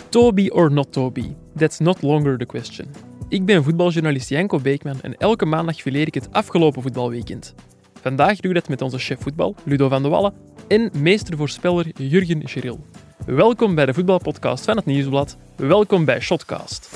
Toby or not Toby? That's not longer the question. Ik ben voetbaljournalist Janko Beekman en elke maandag fileer ik het afgelopen voetbalweekend. Vandaag doe ik dat met onze chef voetbal, Ludo van de Wallen, en meestervoorspeller Jurgen Schiril. Welkom bij de voetbalpodcast van het Nieuwsblad. Welkom bij Shotcast.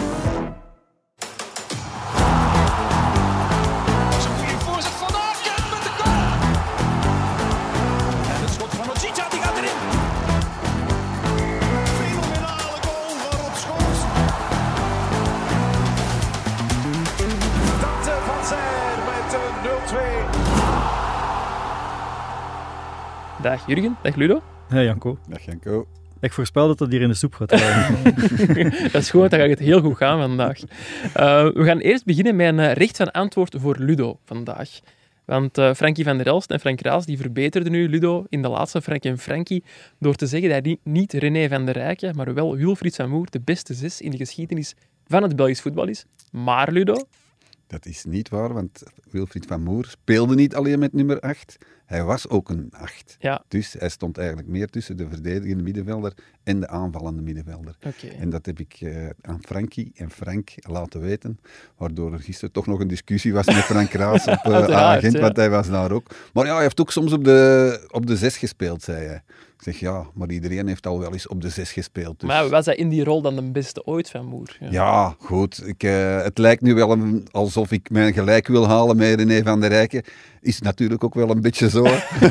Dag Jurgen, dag Ludo. Hey Janko. Dag Janko. Ik voorspel dat dat hier in de soep gaat. Dat is goed, dan gaat het heel goed gaan vandaag. We gaan eerst beginnen met een recht van antwoord voor Ludo vandaag. Want Frankie van der Elst en Frank Raas die verbeterden nu Ludo in de laatste Frank en Frankie door te zeggen dat niet René van der Rijken, maar wel Wilfried Samour de beste 6 in de geschiedenis van het Belgisch voetbal is. Maar Ludo... Dat is niet waar, want Wilfried Samour speelde niet alleen met nummer 8. Hij was ook een 8. Ja. Dus hij stond eigenlijk meer tussen de verdedigende middenvelder en de aanvallende middenvelder. Okay. En dat heb ik aan Frankie en Frank laten weten, waardoor er gisteren toch nog een discussie was met Frank Raas op agent, want hij was daar ook. Maar ja, hij heeft ook soms op de 6 gespeeld, zei hij. Ik zeg ja, maar iedereen heeft al wel eens op de 6 gespeeld. Dus... Maar was hij in die rol dan de beste ooit van Moer? Ja, goed. Het lijkt nu wel alsof ik mijn gelijk wil halen met René van der Rijken. Is natuurlijk ook wel een beetje zo.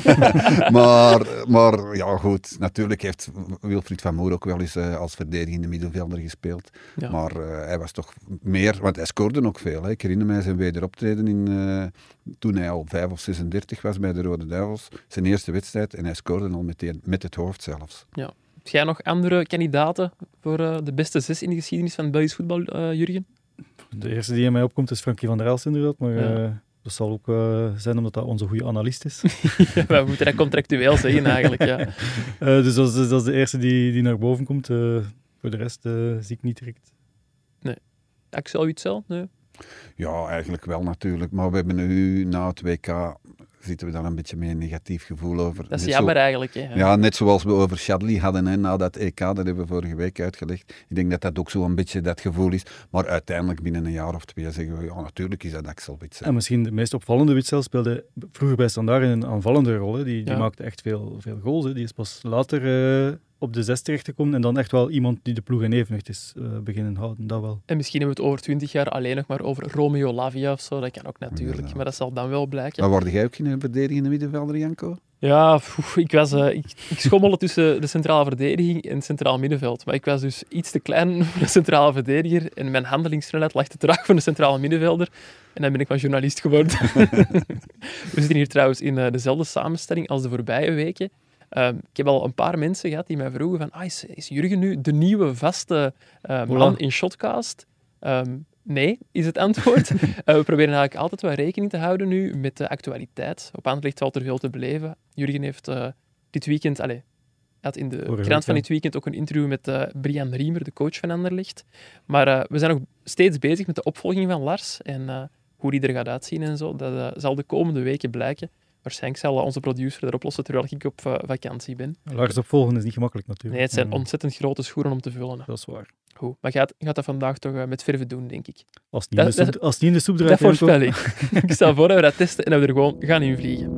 maar ja, goed. Natuurlijk heeft Wilfried Samour ook wel eens als verdedigende middenvelder gespeeld. Ja. Maar hij was toch meer... Want hij scoorde ook veel. Hè. Ik herinner mij zijn wederoptreden toen hij al 5 of 36 was bij de Rode Duivels. Zijn eerste wedstrijd. En hij scoorde al meteen met het hoofd zelfs. Ja. Heb jij nog andere kandidaten voor de beste 6 in de geschiedenis van het Belgisch voetbal, Jurgen? De eerste die in mij opkomt is Frankie van der Elst inderdaad. Maar dat zal ook zijn omdat dat onze goede analist is. We moeten dat contractueel zeggen eigenlijk, ja. Dus dat is de eerste die naar boven komt. Voor de rest zie ik niet direct. Nee. Axel Witsel? Nee. Ja, eigenlijk wel natuurlijk. Maar we hebben nu na het WK... zitten we daar een beetje met een negatief gevoel over. Dat is net jammer eigenlijk. Hè? Ja, net zoals we over Chadli hadden hè, na dat EK, dat hebben we vorige week uitgelegd. Ik denk dat dat ook zo een beetje dat gevoel is. Maar uiteindelijk binnen een jaar of 2 zeggen we, ja, natuurlijk is dat Axel Witsel. En misschien de meest opvallende Witsel speelde vroeger bij Standaard in een aanvallende rol. Hè. Die maakte echt veel goals. Hè. Die is pas later... op de 6 terechtgekomen en dan echt wel iemand die de ploeg in evenwicht is beginnen houden, dat wel. En misschien hebben we het over 20 jaar alleen nog maar over Romeo Lavia of zo, dat kan ook natuurlijk, maar dat zal dan wel blijken. Maar word jij ook geen verdedigende middenvelder, Janko? Ja, ik schommelde tussen de centrale verdediging en het centraal middenveld, maar ik was dus iets te klein voor de centrale verdediger en mijn handelingssnelheid lag te traag voor de centrale middenvelder en dan ben ik maar journalist geworden. We zitten hier trouwens in dezelfde samenstelling als de voorbije weken. Ik heb al een paar mensen gehad die mij vroegen van is Jurgen nu de nieuwe vaste man in Shotcast? Nee, is het antwoord. We proberen eigenlijk altijd wat rekening te houden nu met de actualiteit. Op Anderlecht valt er veel te beleven. Jurgen heeft dit weekend... had in de krant van dit weekend ook een interview met Brian Riemer, de coach van Anderlecht. Maar we zijn nog steeds bezig met de opvolging van Lars en hoe die er gaat uitzien en zo. Dat zal de komende weken blijken. Waarschijnlijk zal onze producer dat oplossen terwijl ik op vakantie ben. Lars opvolgen is niet gemakkelijk natuurlijk. Nee, het zijn ontzettend grote schoenen om te vullen. Dat is waar. Goed, maar gaat dat vandaag toch met verve doen, denk ik. Als het niet in de soep draait... Dat voorspel ik. Ik stel voor dat we dat testen en dat we er gewoon gaan invliegen.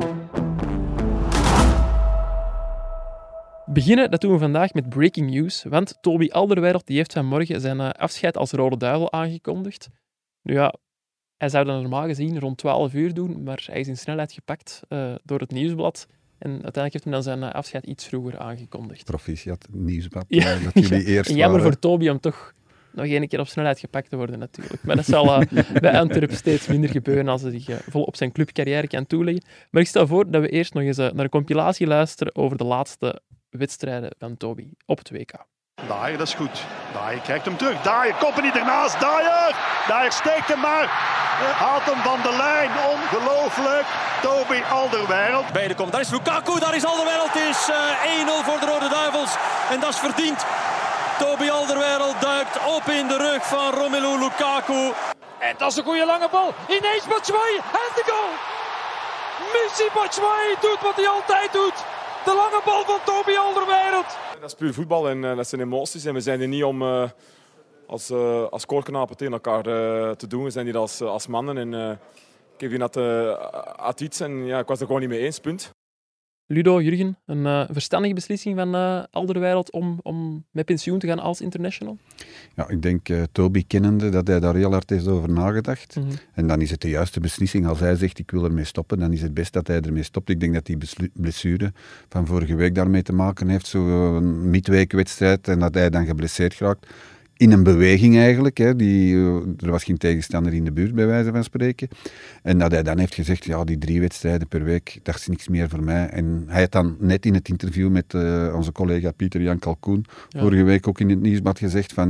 Beginnen, dat doen we vandaag met breaking news, want Toby Alderweireld die heeft vanmorgen zijn afscheid als Rode Duivel aangekondigd. Nu ja... Hij zou dat normaal gezien rond 12 uur doen, maar hij is in snelheid gepakt door het Nieuwsblad. En uiteindelijk heeft hij dan zijn afscheid iets vroeger aangekondigd. Proficiat, Nieuwsblad. Ja, dat jullie eerst en jammer waren. voor Toby om toch nog een keer op snelheid gepakt te worden natuurlijk. Maar dat zal bij Antwerpen steeds minder gebeuren als hij zich vol op zijn clubcarrière kan toeleggen. Maar ik stel voor dat we eerst nog eens naar een compilatie luisteren over de laatste wedstrijden van Toby op het WK. Daier, dat is goed. Daier krijgt hem terug. Daier, koppen niet ernaast. Daier steekt hem maar. Haalt hem van de lijn. Ongelooflijk. Toby Alderweireld. Bij de komt. Daar is Lukaku. Daar is Alderweireld. Het is 1-0 voor de Rode Duivels. En dat is verdiend. Toby Alderweireld duikt op in de rug van Romelu Lukaku. En dat is een goede lange bal. Ineens Batshuayi en de goal. Michy Batshuayi doet wat hij altijd doet. De lange bal van Toby Alderweireld. Dat is puur voetbal en dat zijn emoties. En we zijn er niet om als koorknapen tegen elkaar te doen. We zijn hier als mannen. En Kevin had iets en ja, ik was er gewoon niet mee eens, punt. Ludo, Jurgen, een verstandige beslissing van Alderweireld om met pensioen te gaan als international? Ja, ik denk Toby kennende dat hij daar heel hard heeft over nagedacht. Mm-hmm. En dan is het de juiste beslissing. Als hij zegt ik wil ermee stoppen, dan is het best dat hij ermee stopt. Ik denk dat die blessure van vorige week daarmee te maken heeft. Zo'n midweekwedstrijd en dat hij dan geblesseerd geraakt. In een beweging eigenlijk. Hè, er was geen tegenstander in de buurt, bij wijze van spreken. En dat hij dan heeft gezegd, ja, die 3 wedstrijden per week, dat is niks meer voor mij. En hij had dan net in het interview met onze collega Pieter-Jan Kalkoen, vorige week ook in het Nieuwsblad gezegd van,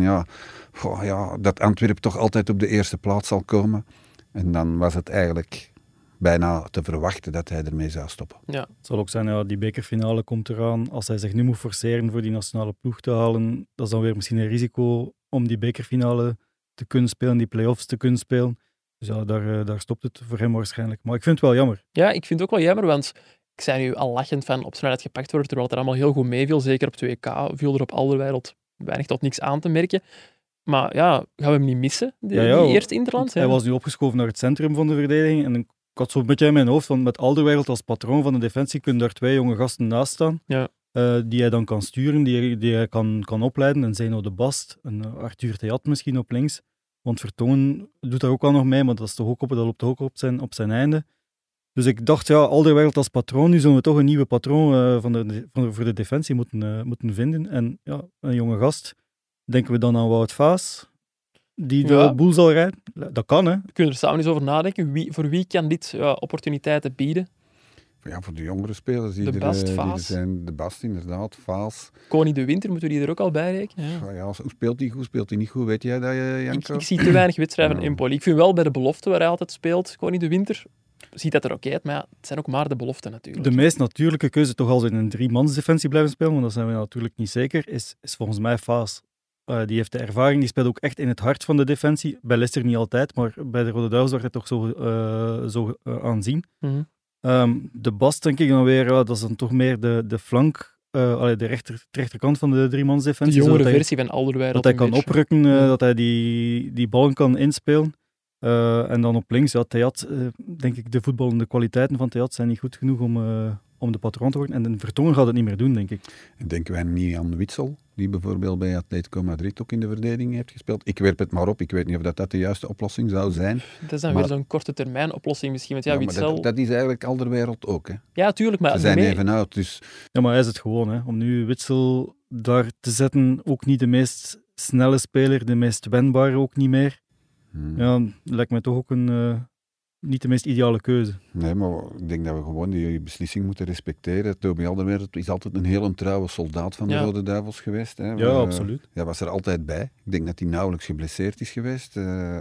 ja, dat Antwerpen toch altijd op de eerste plaats zal komen. En dan was het eigenlijk bijna te verwachten dat hij ermee zou stoppen. Ja. Het zal ook zijn, ja, die bekerfinale komt eraan. Als hij zich nu moet forceren voor die nationale ploeg te halen, dat is dan weer misschien een risico om die bekerfinale te kunnen spelen, die play-offs te kunnen spelen. Dus ja, daar stopt het voor hem waarschijnlijk. Maar ik vind het wel jammer. Ja, ik vind het ook wel jammer, want ik zei nu al lachend van op snelheid gepakt worden, terwijl het er allemaal heel goed meeviel. Zeker op 2K viel er op Alderweireld weinig tot niks aan te merken. Maar ja, gaan we hem niet missen, die eerste Interland? Hij was nu opgeschoven naar het centrum van de verdediging en ik had zo'n beetje in mijn hoofd, want met Alderweireld als patroon van de defensie kunnen daar 2 jonge gasten naast staan, die hij dan kan sturen, die hij kan opleiden. En Zeno de Bast, en Arthur Theat misschien op links. Want Vertongen doet daar ook al nog mee, maar dat loopt ook op zijn einde. Dus ik dacht, ja, Alderweireld als patroon, nu zullen we toch een nieuwe patroon voor de defensie moeten vinden. En ja, een jonge gast, denken we dan aan Wout Vaas, die de boel zal rijden? Dat kan, hè? We kunnen er samen eens over nadenken. Voor wie kan dit opportuniteiten bieden? Ja, voor de jongere spelers die de Bast, die Vaas. zijn. De Bast, inderdaad, Vaas. Koning de Winter, moeten we die er ook al bij rekenen? Ja, speelt hij goed, speelt hij niet goed? Weet jij dat, Janko? Ik zie te weinig wedstrijden van Empoli. Ik vind wel bij de belofte waar hij altijd speelt, Koning de Winter, ziet dat er oké uit, maar ja, het zijn ook maar de beloften natuurlijk. De meest natuurlijke keuze, toch als in een 3-mans defensie blijven spelen, want dat zijn we natuurlijk niet zeker, is volgens mij Vaas. Die heeft de ervaring, die speelt ook echt in het hart van de defensie. Bij Leicester niet altijd, maar bij de Rode Duivels wordt het toch zo aanzien. Mm-hmm. De Bast, denk ik dan weer, dat is dan toch meer de flank, de rechterkant van de 3-mans defensie. De jongere versie van Alderweireld. Dat hij kan oprukken, dat hij die ballen kan inspelen. En dan op links, Theat, denk ik, de voetballende kwaliteiten van Theat zijn niet goed genoeg om de patroon te worden. En de Vertongen gaat het niet meer doen, denk ik. En denken wij niet aan Witsel, die bijvoorbeeld bij Atletico Madrid ook in de verdediging heeft gespeeld? Ik werp het maar op, ik weet niet of dat de juiste oplossing zou zijn. Dat is dan weer zo'n korte termijn oplossing misschien. Want Witsel... maar dat is eigenlijk Alderweireld ook, hè? Ja, tuurlijk. Maar ze zijn even oud, dus... Ja, maar hij is het gewoon, hè. Om nu Witsel daar te zetten, ook niet de meest snelle speler, de meest wendbare ook niet meer. Ja, lijkt mij toch ook niet de meest ideale keuze. Nee, maar ik denk dat we gewoon die beslissing moeten respecteren. Toby Alderweireld is altijd een heel trouwe soldaat van de Rode Duivels geweest. Hè. Ja, absoluut. Hij was er altijd bij. Ik denk dat hij nauwelijks geblesseerd is geweest.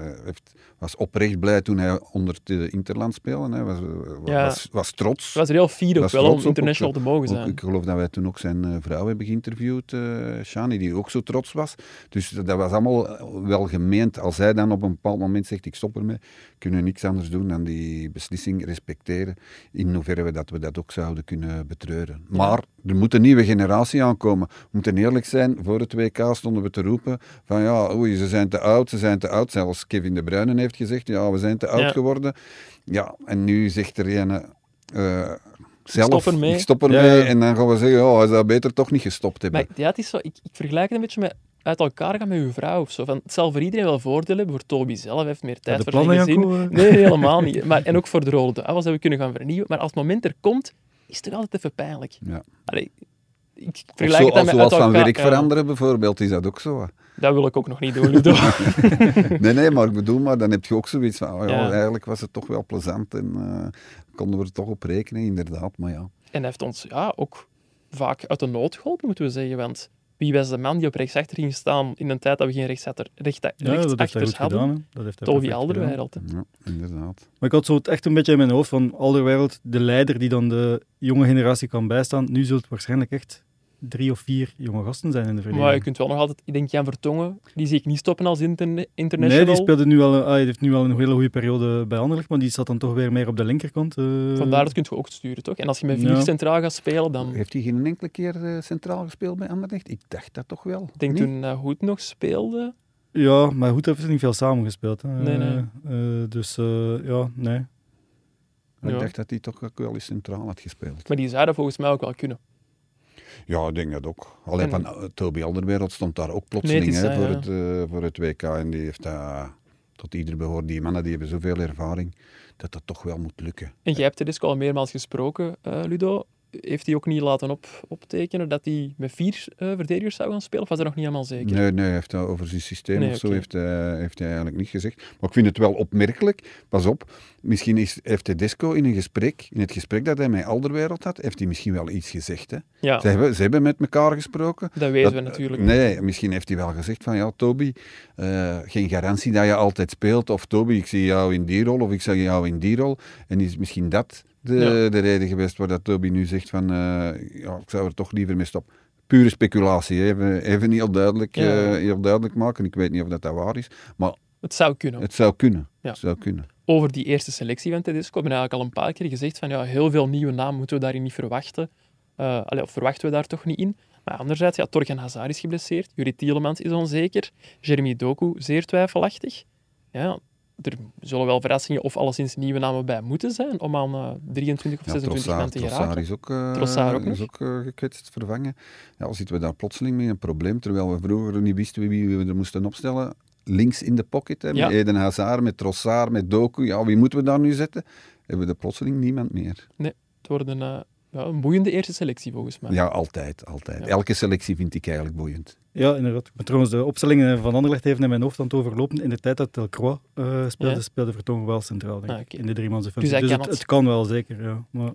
Was oprecht blij toen hij onder de Interland speelde. Hij was trots. Hij was er heel fier ook wel om international te mogen zijn. Ik geloof dat wij toen ook zijn vrouw hebben geïnterviewd, Shani, die ook zo trots was. Dus dat was allemaal wel gemeend. Als hij dan op een bepaald moment zegt, ik stop ermee, kunnen we niks anders doen dan die beslissing respecteren, in hoeverre we dat ook zouden kunnen betreuren. Ja. Maar er moet een nieuwe generatie aankomen. We moeten eerlijk zijn, voor het WK stonden we te roepen van ze zijn te oud. Zelfs Kevin De Bruyne heeft gezegd, we zijn te oud geworden. Ja, en nu zegt er een... zelf, ik stop ermee. En dan gaan we zeggen, hij zou beter toch niet gestopt hebben. Maar het is zo, ik vergelijk het een beetje met uit elkaar gaan met uw vrouw of zo. Het zal voor iedereen wel voordelen hebben. Voor Toby zelf, hij heeft meer tijd voor zijn gezin. Nee, helemaal niet. En ook voor de Rode Duivels hebben we kunnen gaan vernieuwen. Maar als het moment er komt, is het toch altijd even pijnlijk. Ja. Allee, ik vergelijk het dan met uit elkaar. Zoals van werk veranderen bijvoorbeeld, is dat ook zo. Dat wil ik ook nog niet doen, Ludo. nee, maar ik bedoel, dan heb je ook zoiets van, eigenlijk was het toch wel plezant en konden we er toch op rekenen, inderdaad, maar ja. En hij heeft ons ook vaak uit de nood geholpen, moeten we zeggen, want wie was de man die op rechtsachter ging staan in een tijd dat we geen rechtsachters hadden? Toby Alderweireld. Ja, inderdaad. Maar ik had zo echt een beetje in mijn hoofd van Alderweireld, de leider die dan de jonge generatie kan bijstaan. Nu zult het waarschijnlijk echt 3 of 4 jonge gasten zijn in de verdediging. Maar je kunt wel nog altijd... Ik denk Jan Vertongen, die zie ik niet stoppen als international. Nee, die speelde nu al, hij heeft nu al een hele goede periode bij Anderlecht, maar die zat dan toch weer meer op de linkerkant. Vandaar dat kun je ook sturen, toch? En als je met 4 centraal gaat spelen, dan... Heeft hij geen enkele keer centraal gespeeld bij Anderlecht? Ik dacht dat toch wel. Ik denk toen Hoed nog speelde... Ja, maar Hoed heeft niet veel samengespeeld. Nee. Dus nee. Ik dacht dat hij toch ook wel eens centraal had gespeeld. Maar die zou dat volgens mij ook wel kunnen. Ja, ik denk dat ook. Alleen van Toby Alderweireld stond daar ook plotseling voor het WK. En die heeft tot ieder behoort. Die mannen die hebben zoveel ervaring dat toch wel moet lukken. En jij hebt Tedesco al meermaals gesproken, Ludo. Heeft hij ook niet laten optekenen dat hij met 4 verdedigers zou gaan spelen? Of was dat nog niet helemaal zeker? Nee, hij heeft dat over zijn systeem zo heeft hij eigenlijk niet gezegd. Maar ik vind het wel opmerkelijk. Pas op, misschien heeft Tedesco in het gesprek dat hij met Alderweireld had, heeft hij misschien wel iets gezegd. Hè? Ja. Ze hebben met elkaar gesproken. Dat weten we natuurlijk. Nee, misschien heeft hij wel gezegd van, ja, Toby, geen garantie dat je altijd speelt. Of Toby, ik zie jou in die rol, of ik zie jou in die rol. En is misschien dat de reden geweest waar dat Toby nu zegt van, ik zou er toch liever mee stoppen. Pure speculatie, even heel duidelijk maken. Ik weet niet of dat waar is, maar het zou kunnen. Het zou kunnen. Ja. Het zou kunnen. Over die eerste selectie van Tedesco hebben we eigenlijk al een paar keer gezegd van heel veel nieuwe namen moeten we daarin niet verwachten. Of verwachten we daar toch niet in. Maar anderzijds, Torgan Hazard is geblesseerd, Juri Tielemans is onzeker, Jeremy Doku zeer twijfelachtig. Ja, er zullen wel verrassingen of alleszins nieuwe namen bij moeten zijn om aan 23 of 26 man te geraken. Trossard is ook gekwetst, vervangen. Ja, zitten we daar plotseling mee een probleem, terwijl we vroeger niet wisten wie we er moesten opstellen. Links in de pocket, met Eden Hazard, met Trossard, met Doku. Ja, wie moeten we daar nu zetten? Hebben we er plotseling niemand meer. Nee, het wordt een boeiende eerste selectie volgens mij. Ja, altijd. Ja. Elke selectie vind ik eigenlijk boeiend. Ja, inderdaad. Maar trouwens, de opstellingen van Anderlecht heeft in mijn hoofd aan het overlopen. In de tijd dat Delcroix speelde Vertongen wel centraal, denk ik. In de driemansdefensie. Dus het kan wel, zeker. Ja. Maar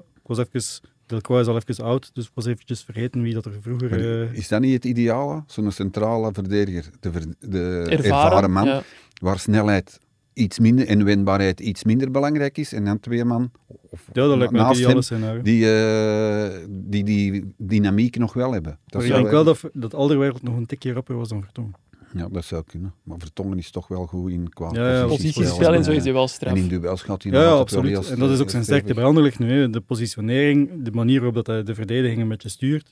Delcroix is al even oud, dus ik was eventjes vergeten wie dat er vroeger... Is dat niet het ideale? Zo'n centrale verdediger, de ervaren man, waar snelheid iets minder en wendbaarheid iets minder belangrijk is, en dan 2 man dat lijkt me naast hem scenario. Die dynamiek nog wel hebben. Maar ik denk wel dat Alderweireld nog een tikje rapper was dan Vertongen. Ja, dat zou kunnen. Maar Vertongen is toch wel goed in positiespel en zo is hij wel straf. En in duels gaat hij absoluut. En dat is ook zijn sterkte bij Anderlecht nu. Hè. De positionering, de manier waarop hij de verdediging een beetje stuurt,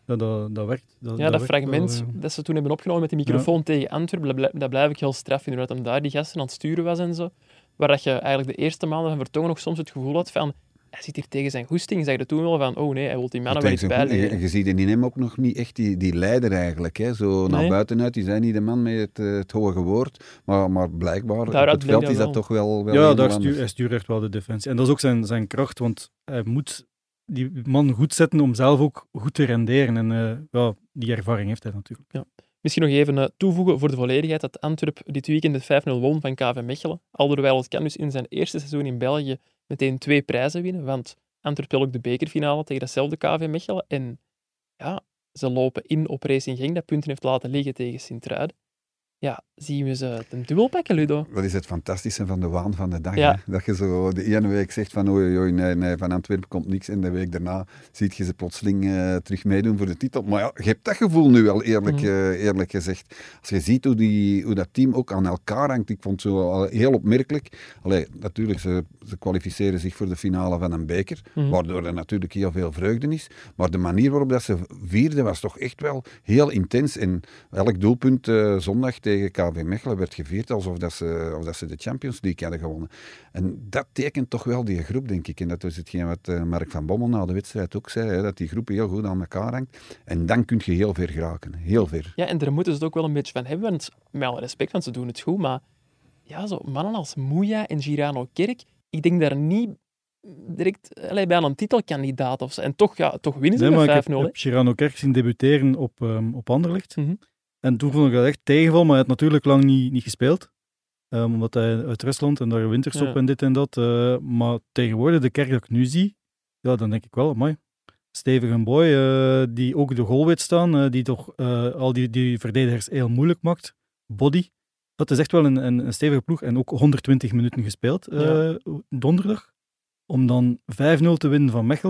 dat werkt. Dat fragment dat ze toen hebben opgenomen met de microfoon tegen Antwerpen, dat blijf ik heel straf vinden, dat hem daar die gasten aan het sturen was en zo. Waar dat je eigenlijk de eerste maanden van Vertongen nog soms het gevoel had van, hij zit hier tegen zijn goesting. Zeg je toen wel van, oh nee, hij wil die mannen wel iets bijleren. En je ziet in hem ook nog niet echt die leider eigenlijk. Hè? Zo naar buitenuit, die zijn niet de man met het hoge woord. Maar blijkbaar, op het veld is dat toch wel ja, hij stuurt echt wel de defensie. En dat is ook zijn kracht, want hij moet die man goed zetten om zelf ook goed te renderen. En die ervaring heeft hij natuurlijk. Ja. Misschien nog even toevoegen voor de volledigheid dat Antwerp dit weekend met 5-0 won van KV Mechelen. Alderweireld kan dus in zijn eerste seizoen in België meteen 2 prijzen winnen, want Antwerp wil ook de bekerfinale tegen datzelfde KV Mechelen. En ja, ze lopen in op Racing Genk, dat punten heeft laten liggen tegen Sint-Truiden. Ja, zien we ze ten dubbel pakken, Ludo. Dat is het fantastische van de waan van de dag. Ja. Hè? Dat je zo de ene week zegt van oei, nee, van Antwerpen komt niks. En de week daarna ziet je ze plotseling terug meedoen voor de titel. Maar ja, je hebt dat gevoel nu wel eerlijk gezegd. Als je ziet hoe dat team ook aan elkaar hangt. Ik vond het zo heel opmerkelijk. Allee, natuurlijk, ze kwalificeren zich voor de finale van een beker. Waardoor er natuurlijk heel veel vreugde is. Maar de manier waarop dat ze vierden was toch echt wel heel intens. En elk doelpunt zondag tegen KV Mechelen werd gevierd alsof dat ze de Champions League hadden gewonnen. En dat tekent toch wel die groep, denk ik. En dat is hetgeen wat Mark van Bommel na de wedstrijd ook zei, hè, dat die groep heel goed aan elkaar hangt. En dan kun je heel ver geraken. Heel ver. Ja, en daar moeten ze het ook wel een beetje van hebben, want met alle respect, want ze doen het goed, maar ja, zo mannen als Mouya en Girano Kerk, ik denk daar niet direct bij aan een titelkandidaat of zo. En toch winnen ze met 5-0. Ik heb Girano Kerk zien debuteren op Anderlecht. En toen vond ik dat echt tegenval, maar hij had natuurlijk lang niet gespeeld. Omdat hij uit Rusland en daar winterstop en dit en dat. Maar tegenwoordig, de Kerk dat ik nu zie, ja, dan denk ik wel, amai. Stevige boy, die ook de goal weet staan, die toch al die verdedigers heel moeilijk maakt. Body. Dat is echt wel een stevige ploeg. En ook 120 minuten gespeeld donderdag. Om dan 5-0 te winnen van Mechelen.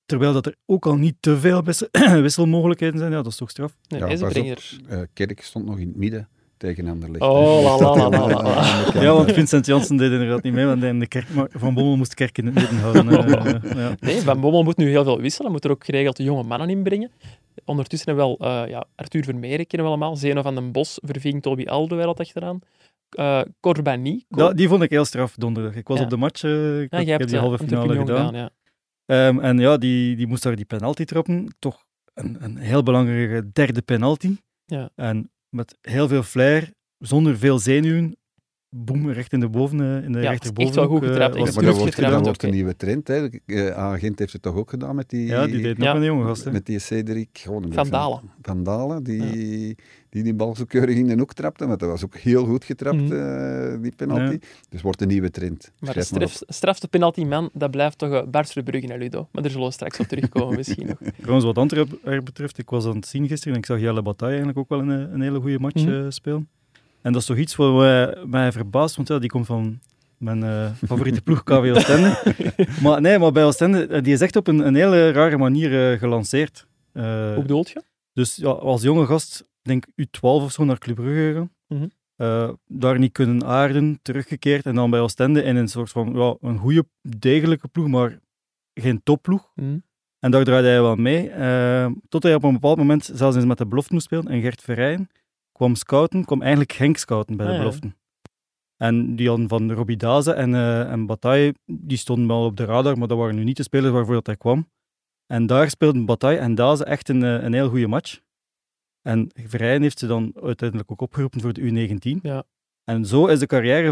terwijl dat er ook al niet te veel wisselmogelijkheden zijn. Ja, dat is toch straf. Nee, Ja, deze pas brenger. op, Kerk stond nog in het midden tegen Anderlecht. Oh, Dus la, la, dat la, hij la, aan la. de kant, Ja, want Vincent Janssen deed inderdaad niet mee, want in de kerk, maar Van Bommel moest Kerk in het midden houden. Ja. Nee, Van Bommel moet nu heel veel wisselen. Moet er ook geregeld jonge mannen inbrengen. Ondertussen hebben we wel Arthur Vermeeren, kennen we allemaal. Zeno van den Bos verving Toby Alderweireld achteraan. Corbani. Ja, die vond ik heel straf donderdag. Ik was Ja. op de match, ik jij heb hebt die halve finale gedaan. ja. En ja, die moest daar die penalty trappen. Toch een heel belangrijke derde penalty. Ja. En met heel veel flair, zonder veel zenuwen. Boem, recht in de echt rechterbovenhoek. wel goed getrapt. Was Echt Maar het dat goed wordt, getrapt, dat wordt een oké. nieuwe trend. Hè. Agent heeft het toch ook gedaan met die... Ja, die deed nog een jonge gast. Hè. Met die Cedric... Van Dalen. Van Dalen, die bal zo keurig in de hoek trapte. Want dat was ook heel goed getrapt, die penalty. Ja. Dus wordt een nieuwe trend. Maar de Schrijf maar op. strafste penaltyman, dat blijft toch Bart Verbrugge en Ludo. Maar daar zullen we straks op terugkomen misschien nog. Trouwens, wat Antwerpen betreft, ik was aan het zien gisteren en ik zag Jelle Bataille eigenlijk ook wel een hele goede match spelen. En dat is toch iets wat mij verbaast, want ja, die komt van mijn favoriete ploeg, KV Oostende. maar bij Oostende, die is echt op een hele rare manier gelanceerd. Hoe bedoelt je? Dus ja, als jonge gast, denk U12 of zo, naar Club Brugge gegaan. Daar niet kunnen aarden, teruggekeerd. En dan bij Oostende in een soort van een goede, degelijke ploeg, maar geen topploeg. En daar draaide hij wel mee. Tot hij op een bepaald moment zelfs eens met de belofte moest spelen. En Gert Verrijen kwam eigenlijk Genk scouten bij de beloften. En die hadden van Robbie Daze en Bataille, die stonden wel op de radar, maar dat waren nu niet de spelers waarvoor dat hij kwam. En daar speelden Bataille en Daze echt een heel goede match. En Verrijen heeft ze dan uiteindelijk ook opgeroepen voor de U19. Ja. En zo is de carrière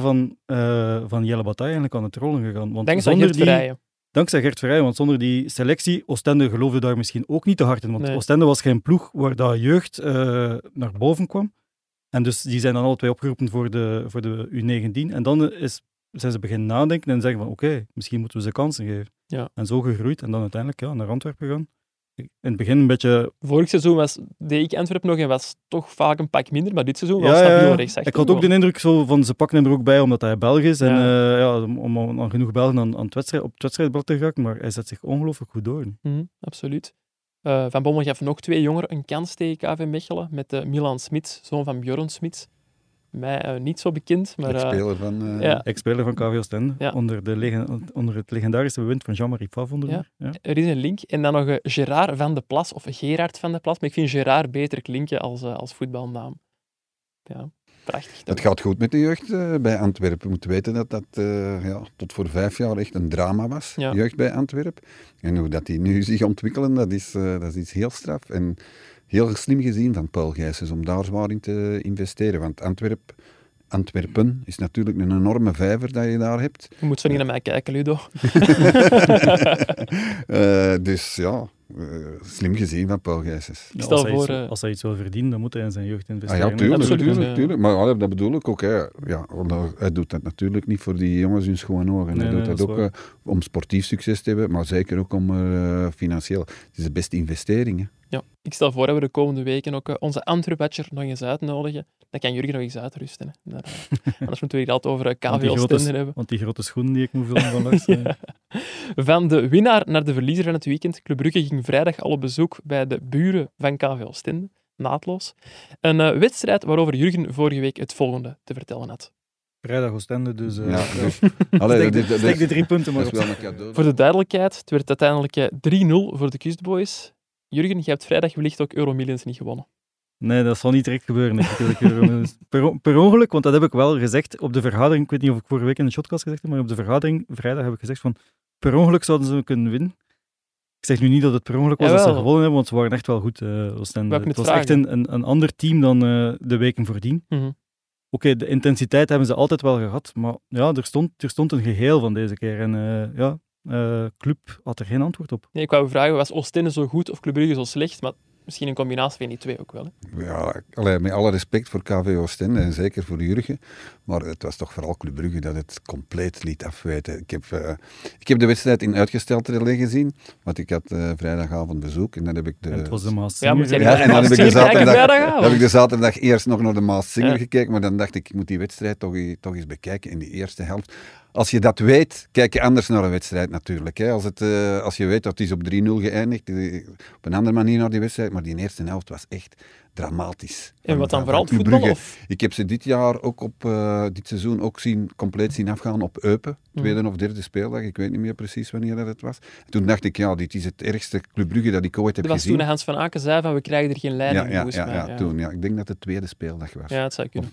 van Jelle Bataille eigenlijk aan het rollen gegaan. Want Dankzij Gert Verrijen. Dankzij Gert Verrijen, want zonder die selectie, Oostende geloofde daar misschien ook niet te hard in. Want Oostende was geen ploeg waar dat jeugd naar boven kwam. En dus die zijn dan alle twee opgeroepen voor de U19. En dan zijn ze beginnen nadenken en zeggen van oké, misschien moeten we ze kansen geven. Ja. En zo gegroeid en dan uiteindelijk naar Antwerpen gegaan. In het begin een beetje... Vorig seizoen deed ik Antwerpen nog en was toch vaak een pak minder, maar dit seizoen wel stabiel rechtsachter. Ik had ook de indruk zo van, ze pakken hem er ook bij omdat hij Belg is. En om aan genoeg Belgen op het wedstrijdblad te geraken, maar hij zet zich ongelooflijk goed door. Absoluut. Van Bommel gaf nog 2 jongeren een kans tegen KV Mechelen met Milan Smits, zoon van Björn Smits. Mij niet zo bekend, maar... Ex-speler van KV Oostende, onder het legendarische bewind van Jean-Marie Favre. Ja. Er is een link. En dan nog Gerard van de Plas, of Gerard van de Plas, maar ik vind Gerard beter klinken als voetbalnaam. Ja, prachtig. Het gaat goed met de jeugd bij Antwerpen. We moeten weten dat tot voor 5 jaar echt een drama was, jeugd bij Antwerpen. En hoe dat die nu zich ontwikkelen, dat is iets heel straf. En heel slim gezien van Paul Gijsens om daar zwaar in te investeren. Want Antwerpen is natuurlijk een enorme vijver dat je daar hebt. Je moet zo niet naar mij kijken, Ludo. Dus ja, slim gezien van Paul Gijsens. Ja, als hij iets wil verdienen, dan moet hij in zijn jeugd investeren. Ja, tuurlijk. Maar dat bedoel ik ook. Hij doet dat natuurlijk niet voor die jongens hun schone ogen. Hij doet dat ook om sportief succes te hebben, maar zeker ook om financieel. Het is de beste investering. Hè. Ja, ik stel voor dat we de komende weken ook onze Antwerp-watcher nog eens uitnodigen. Dan kan Jurgen nog eens uitrusten. Hè. Anders moeten we hier altijd over KV Oostende hebben. Want die grote schoenen die ik moet vullen van langs. Van de winnaar naar de verliezer van het weekend. Club Brugge ging vrijdag al op bezoek bij de buren van KV Oostende. Naadloos. Een wedstrijd waarover Jurgen vorige week het volgende te vertellen had. Vrijdag Oostende, dus... Steek de 3 punten maar op. Voor de duidelijkheid, het werd uiteindelijk 3-0 voor de Kustboys. Jurgen, je hebt vrijdag wellicht ook Euromillions niet gewonnen. Nee, dat zal niet direct gebeuren. Per ongeluk, want dat heb ik wel gezegd op de vergadering. Ik weet niet of ik vorige week in de shotcast gezegd heb, maar op de vergadering vrijdag heb ik gezegd van per ongeluk zouden ze kunnen winnen. Ik zeg nu niet dat het per ongeluk was dat ze gewonnen hebben, want ze waren echt wel goed. Het was echt een ander team dan de weken voordien. Oké, de intensiteit hebben ze altijd wel gehad, maar ja, er stond een geheel van deze keer. En Club had er geen antwoord op. Nee, ik wou vragen, was Oostende zo goed of Club Brugge zo slecht? Maar misschien een combinatie van die twee ook wel. Hè? Ja, met alle respect voor KV Oostende en zeker voor Jurgen, maar het was toch vooral Club Brugge dat het compleet liet afwijten. Ik heb de wedstrijd in uitgesteld relais gezien, want ik had vrijdagavond bezoek en dan heb ik de... En het was de Maas Singer. En dan heb ik de zaterdag eerst nog naar de Maas Singer gekeken, maar dan dacht ik moet die wedstrijd toch eens bekijken in die eerste helft. als je dat weet, kijk je anders naar een wedstrijd natuurlijk. Hè. Als je weet dat het is op 3-0 geëindigd, op een andere manier naar die wedstrijd, maar die eerste helft was echt dramatisch. En wat dan vooral het voetbal? Of? Ik heb ze dit jaar ook dit seizoen ook compleet zien afgaan op Eupen, tweede of derde speeldag, ik weet niet meer precies wanneer dat het was. En toen dacht ik, dit is het ergste Club Brugge dat ik ooit heb gezien. Dat was toen Hans van Aken zei van, we krijgen er geen leiding in. Toen. Ja. Ik denk dat het tweede speeldag was. Ja, het zou kunnen.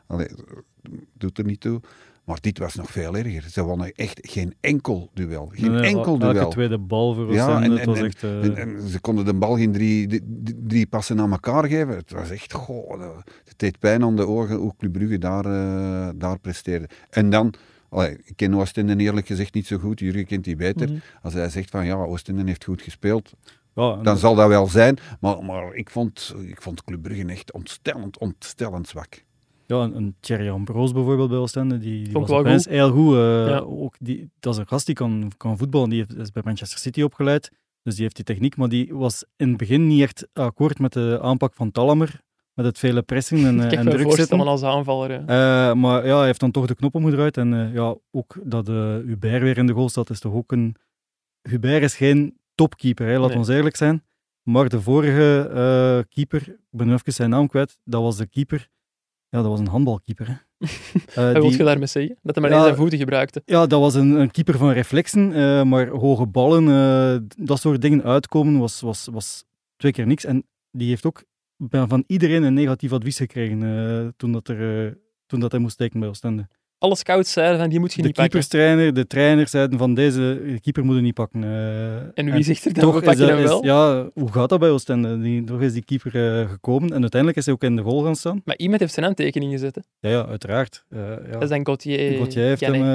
Doet er niet toe. Maar dit was nog veel erger. Ze wonnen echt geen enkel duel. Elke tweede bal voor Oostende. En ze konden de bal geen drie passen aan elkaar geven. Het was echt... het deed pijn aan de ogen hoe Club Brugge daar presteerde. En dan... ik ken Oostende eerlijk gezegd niet zo goed. Jurgen kent die beter. Als hij zegt van Oostende heeft goed gespeeld... dan zal dat wel zijn. Maar ik vond Club Brugge echt ontstellend zwak. Ja, een Thierry Ambroos bijvoorbeeld bij Oostende, die was opeens heel goed. Ook dat is een gast die kan voetballen, die is bij Manchester City opgeleid, dus die heeft die techniek, maar die was in het begin niet echt akkoord met de aanpak van Talamer, met het vele pressen en druk zetten. Als aanvaller. Maar hij heeft dan toch de knop omgedraaid en ook dat Hubert weer in de goal staat, is toch ook een... Hubert is geen topkeeper, laat ons eerlijk zijn, maar de vorige keeper, ik ben nu even zijn naam kwijt, dat was de keeper. Ja, dat was een handbalkeeper. Wat wil je daarmee zeggen? Dat hij maar eens zijn voeten gebruikte? Ja, dat was een keeper van reflexen, maar hoge ballen, dat soort dingen uitkomen was 2 keer niks. En die heeft ook van iedereen een negatief advies gekregen toen hij moest tekenen bij Oostende. Alle scouts zeiden van, die moet je niet pakken. De trainers zeiden van, deze keeper moet je niet pakken. En wie zegt er dan, we pakken hem wel? Ja, hoe gaat dat bij Oostende? Toch is die keeper gekomen en uiteindelijk is hij ook in de goal gaan staan. Maar iemand heeft zijn handtekening gezet. Ja, uiteraard. Dat is dan Gauthier. Gauthier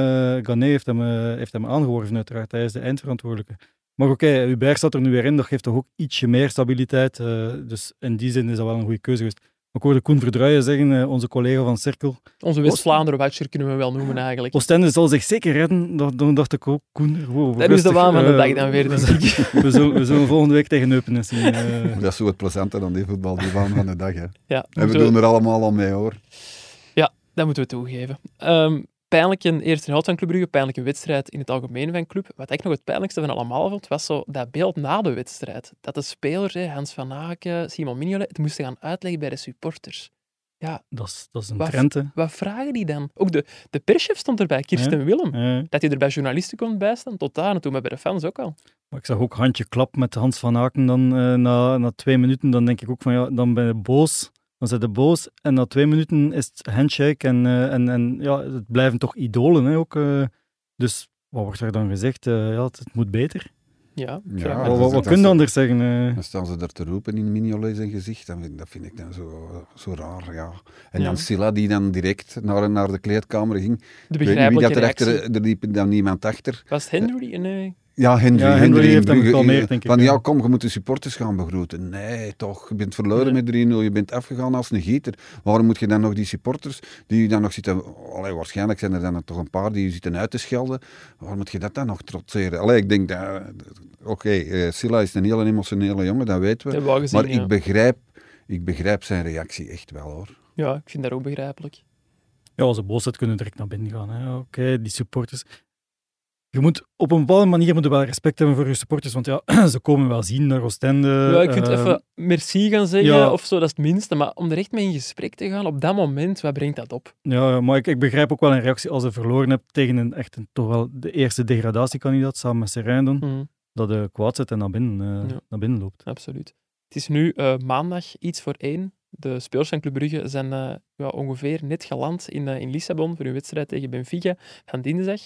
heeft hem aangeworven, uiteraard. Hij is de eindverantwoordelijke. Maar oké, Hubert staat er nu weer in, dat geeft toch ook ietsje meer stabiliteit. Dus in die zin is dat wel een goede keuze geweest. Ik hoorde Koen Verdruijen zeggen, onze collega van Cirkel. Onze West-Vlaanderen-watcher kunnen we wel noemen eigenlijk. Oostende zal zich zeker redden, dan dacht ik ook, Koen. Dat is de waan van de dag dan weer, denk ik. We zullen volgende week tegen Eupen zien. Dat is zo het plezante dan die voetbal, die waan van de dag. Hè. Ja, en we doen er allemaal al mee, hoor. Ja, dat moeten we toegeven. Pijnlijk een eerste helft van Club Brugge, pijnlijke wedstrijd in het algemeen van Club. Wat ik nog het pijnlijkste van allemaal vond, was zo dat beeld na de wedstrijd. Dat de spelers, Hans van Aken, Simon Mignolet, het moesten gaan uitleggen bij de supporters. Ja, dat is een trend, hè. Wat vragen die dan? Ook de perschef stond erbij, Kirsten Willem. Dat hij er bij journalisten kon bijstaan, tot daar en toen, maar bij de fans ook al. Maar ik zag ook handje klap met Hans van Aken dan na 2 minuten. Dan denk ik ook van, dan ben je boos. Dan zijn ze boos en na 2 minuten is het handshake en het blijven toch idolen. Hè, ook, dus wat wordt er dan gezegd? Het moet beter. Ja, wat kun je anders zeggen? Dan staan ze er te roepen in Mignolet zijn gezicht. Dat vind ik dan zo raar. Ja. En dan Silla die dan direct naar de kleedkamer ging. De begrijpelijke reactie. Er liep dan niemand achter. Was het Henry? Nee. Ja, Henry heeft hem gekalmeerd, denk ik. Van je moet de supporters gaan begroeten. Nee, toch. Je bent verloren met 3-0. Je bent afgegaan als een gieter. Waarom moet je dan nog die supporters, die dan nog zitten... waarschijnlijk zijn er dan toch een paar die zitten uit te schelden. Waarom moet je dat dan nog trotseren? Ik denk dat... Silla is een hele emotionele jongen, dat weten we. Maar ik begrijp zijn reactie echt wel, hoor. Ja, ik vind dat ook begrijpelijk. Ja, als ze boos zijn, kunnen direct naar binnen gaan. Oké, die supporters... Je moet op een bepaalde manier wel respect hebben voor je supporters, want ze komen wel zien naar Oostende. Ja, ik vind even merci gaan zeggen of zo, dat is het minste. Maar om er echt mee in gesprek te gaan, op dat moment, wat brengt dat op? Ja, maar ik begrijp ook wel een reactie als je verloren hebt tegen toch wel de eerste degradatiekandidaat, samen met Serijn dat je kwaad zit en naar binnen loopt. Absoluut. Het is nu maandag, iets voor 1. De spelers van Club Brugge zijn ongeveer net geland in Lissabon voor hun wedstrijd tegen Benfica van dinsdag.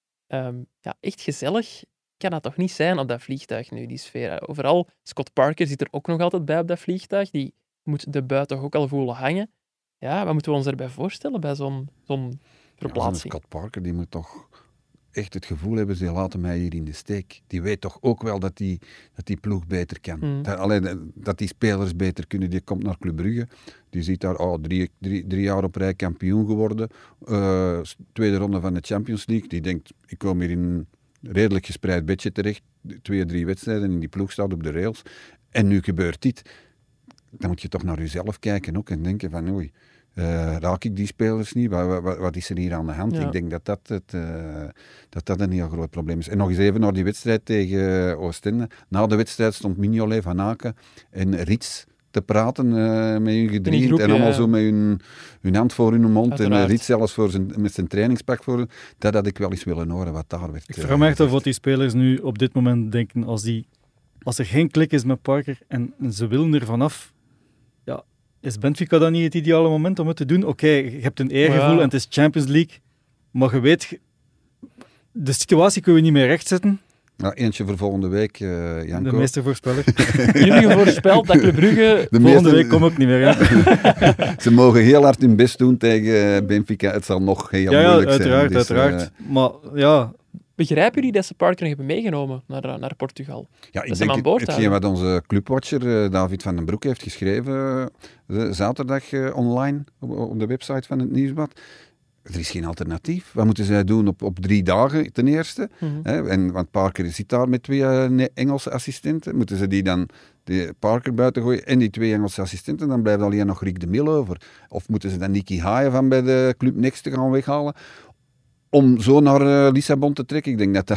Echt gezellig kan dat toch niet zijn op dat vliegtuig nu, die sfeer. Overal, Scott Parker zit er ook nog altijd bij op dat vliegtuig. Die moet de buiten toch ook al voelen hangen. Ja, wat moeten we ons erbij voorstellen bij zo'n verplaatsing? Scott Parker, die moet toch echt het gevoel hebben, ze laten mij hier in de steek. Die weet toch ook wel dat die ploeg beter kan. Dat die spelers beter kunnen. Die komt naar Club Brugge. Die ziet daar 3 jaar op rij kampioen geworden. Tweede ronde van de Champions League. Die denkt, ik kom hier in een redelijk gespreid bedje terecht. 2, 3 wedstrijden en die ploeg staat op de rails. En nu gebeurt dit. Dan moet je toch naar jezelf kijken ook en denken van oei, raak ik die spelers niet? Wat is er hier aan de hand? Ja. Ik denk dat een heel groot probleem is. En nog eens even naar die wedstrijd tegen Oostende. Na de wedstrijd stond Mignolet, Van Aken en Rits te praten met hun gedrieënd en allemaal zo met hun hand voor hun mond. Uiteraard. En Rits zelfs met zijn trainingspak voor. Dat had ik wel eens willen horen wat daar werd. Ik vraag me echt af wat die spelers nu op dit moment denken als er geen klik is met Parker en ze willen er vanaf. Ja, is Benfica dan niet het ideale moment om het te doen? Oké, je hebt een eergevoel en het is Champions League, maar je weet, de situatie kunnen we niet meer rechtzetten. Ja, eentje voor volgende week, Janko. De meestervoorspeller. Jullie voorspeld dat Club Brugge... Volgende week kom ik niet meer. Ja. Ze mogen heel hard hun best doen tegen Benfica. Het zal nog heel moeilijk zijn. Uiteraard. Maar ja... Begrijpen jullie dat ze Parker nog hebben meegenomen naar Portugal? Ja, ik dat denk aan boord hetgeen wat onze clubwatcher David van den Broek heeft geschreven zaterdag online op de website van het Nieuwsblad. Er is geen alternatief. Wat moeten zij doen op 3 dagen ten eerste? Mm-hmm. Want Parker zit daar met 2 Engelse assistenten. Moeten ze die dan Parker buiten gooien en die 2 Engelse assistenten? Dan blijft alleen nog Rick de Mil over. Of moeten ze dan Nicky Haaien van bij de Club Next te gaan weghalen? Om zo naar Lissabon te trekken, ik denk dat dat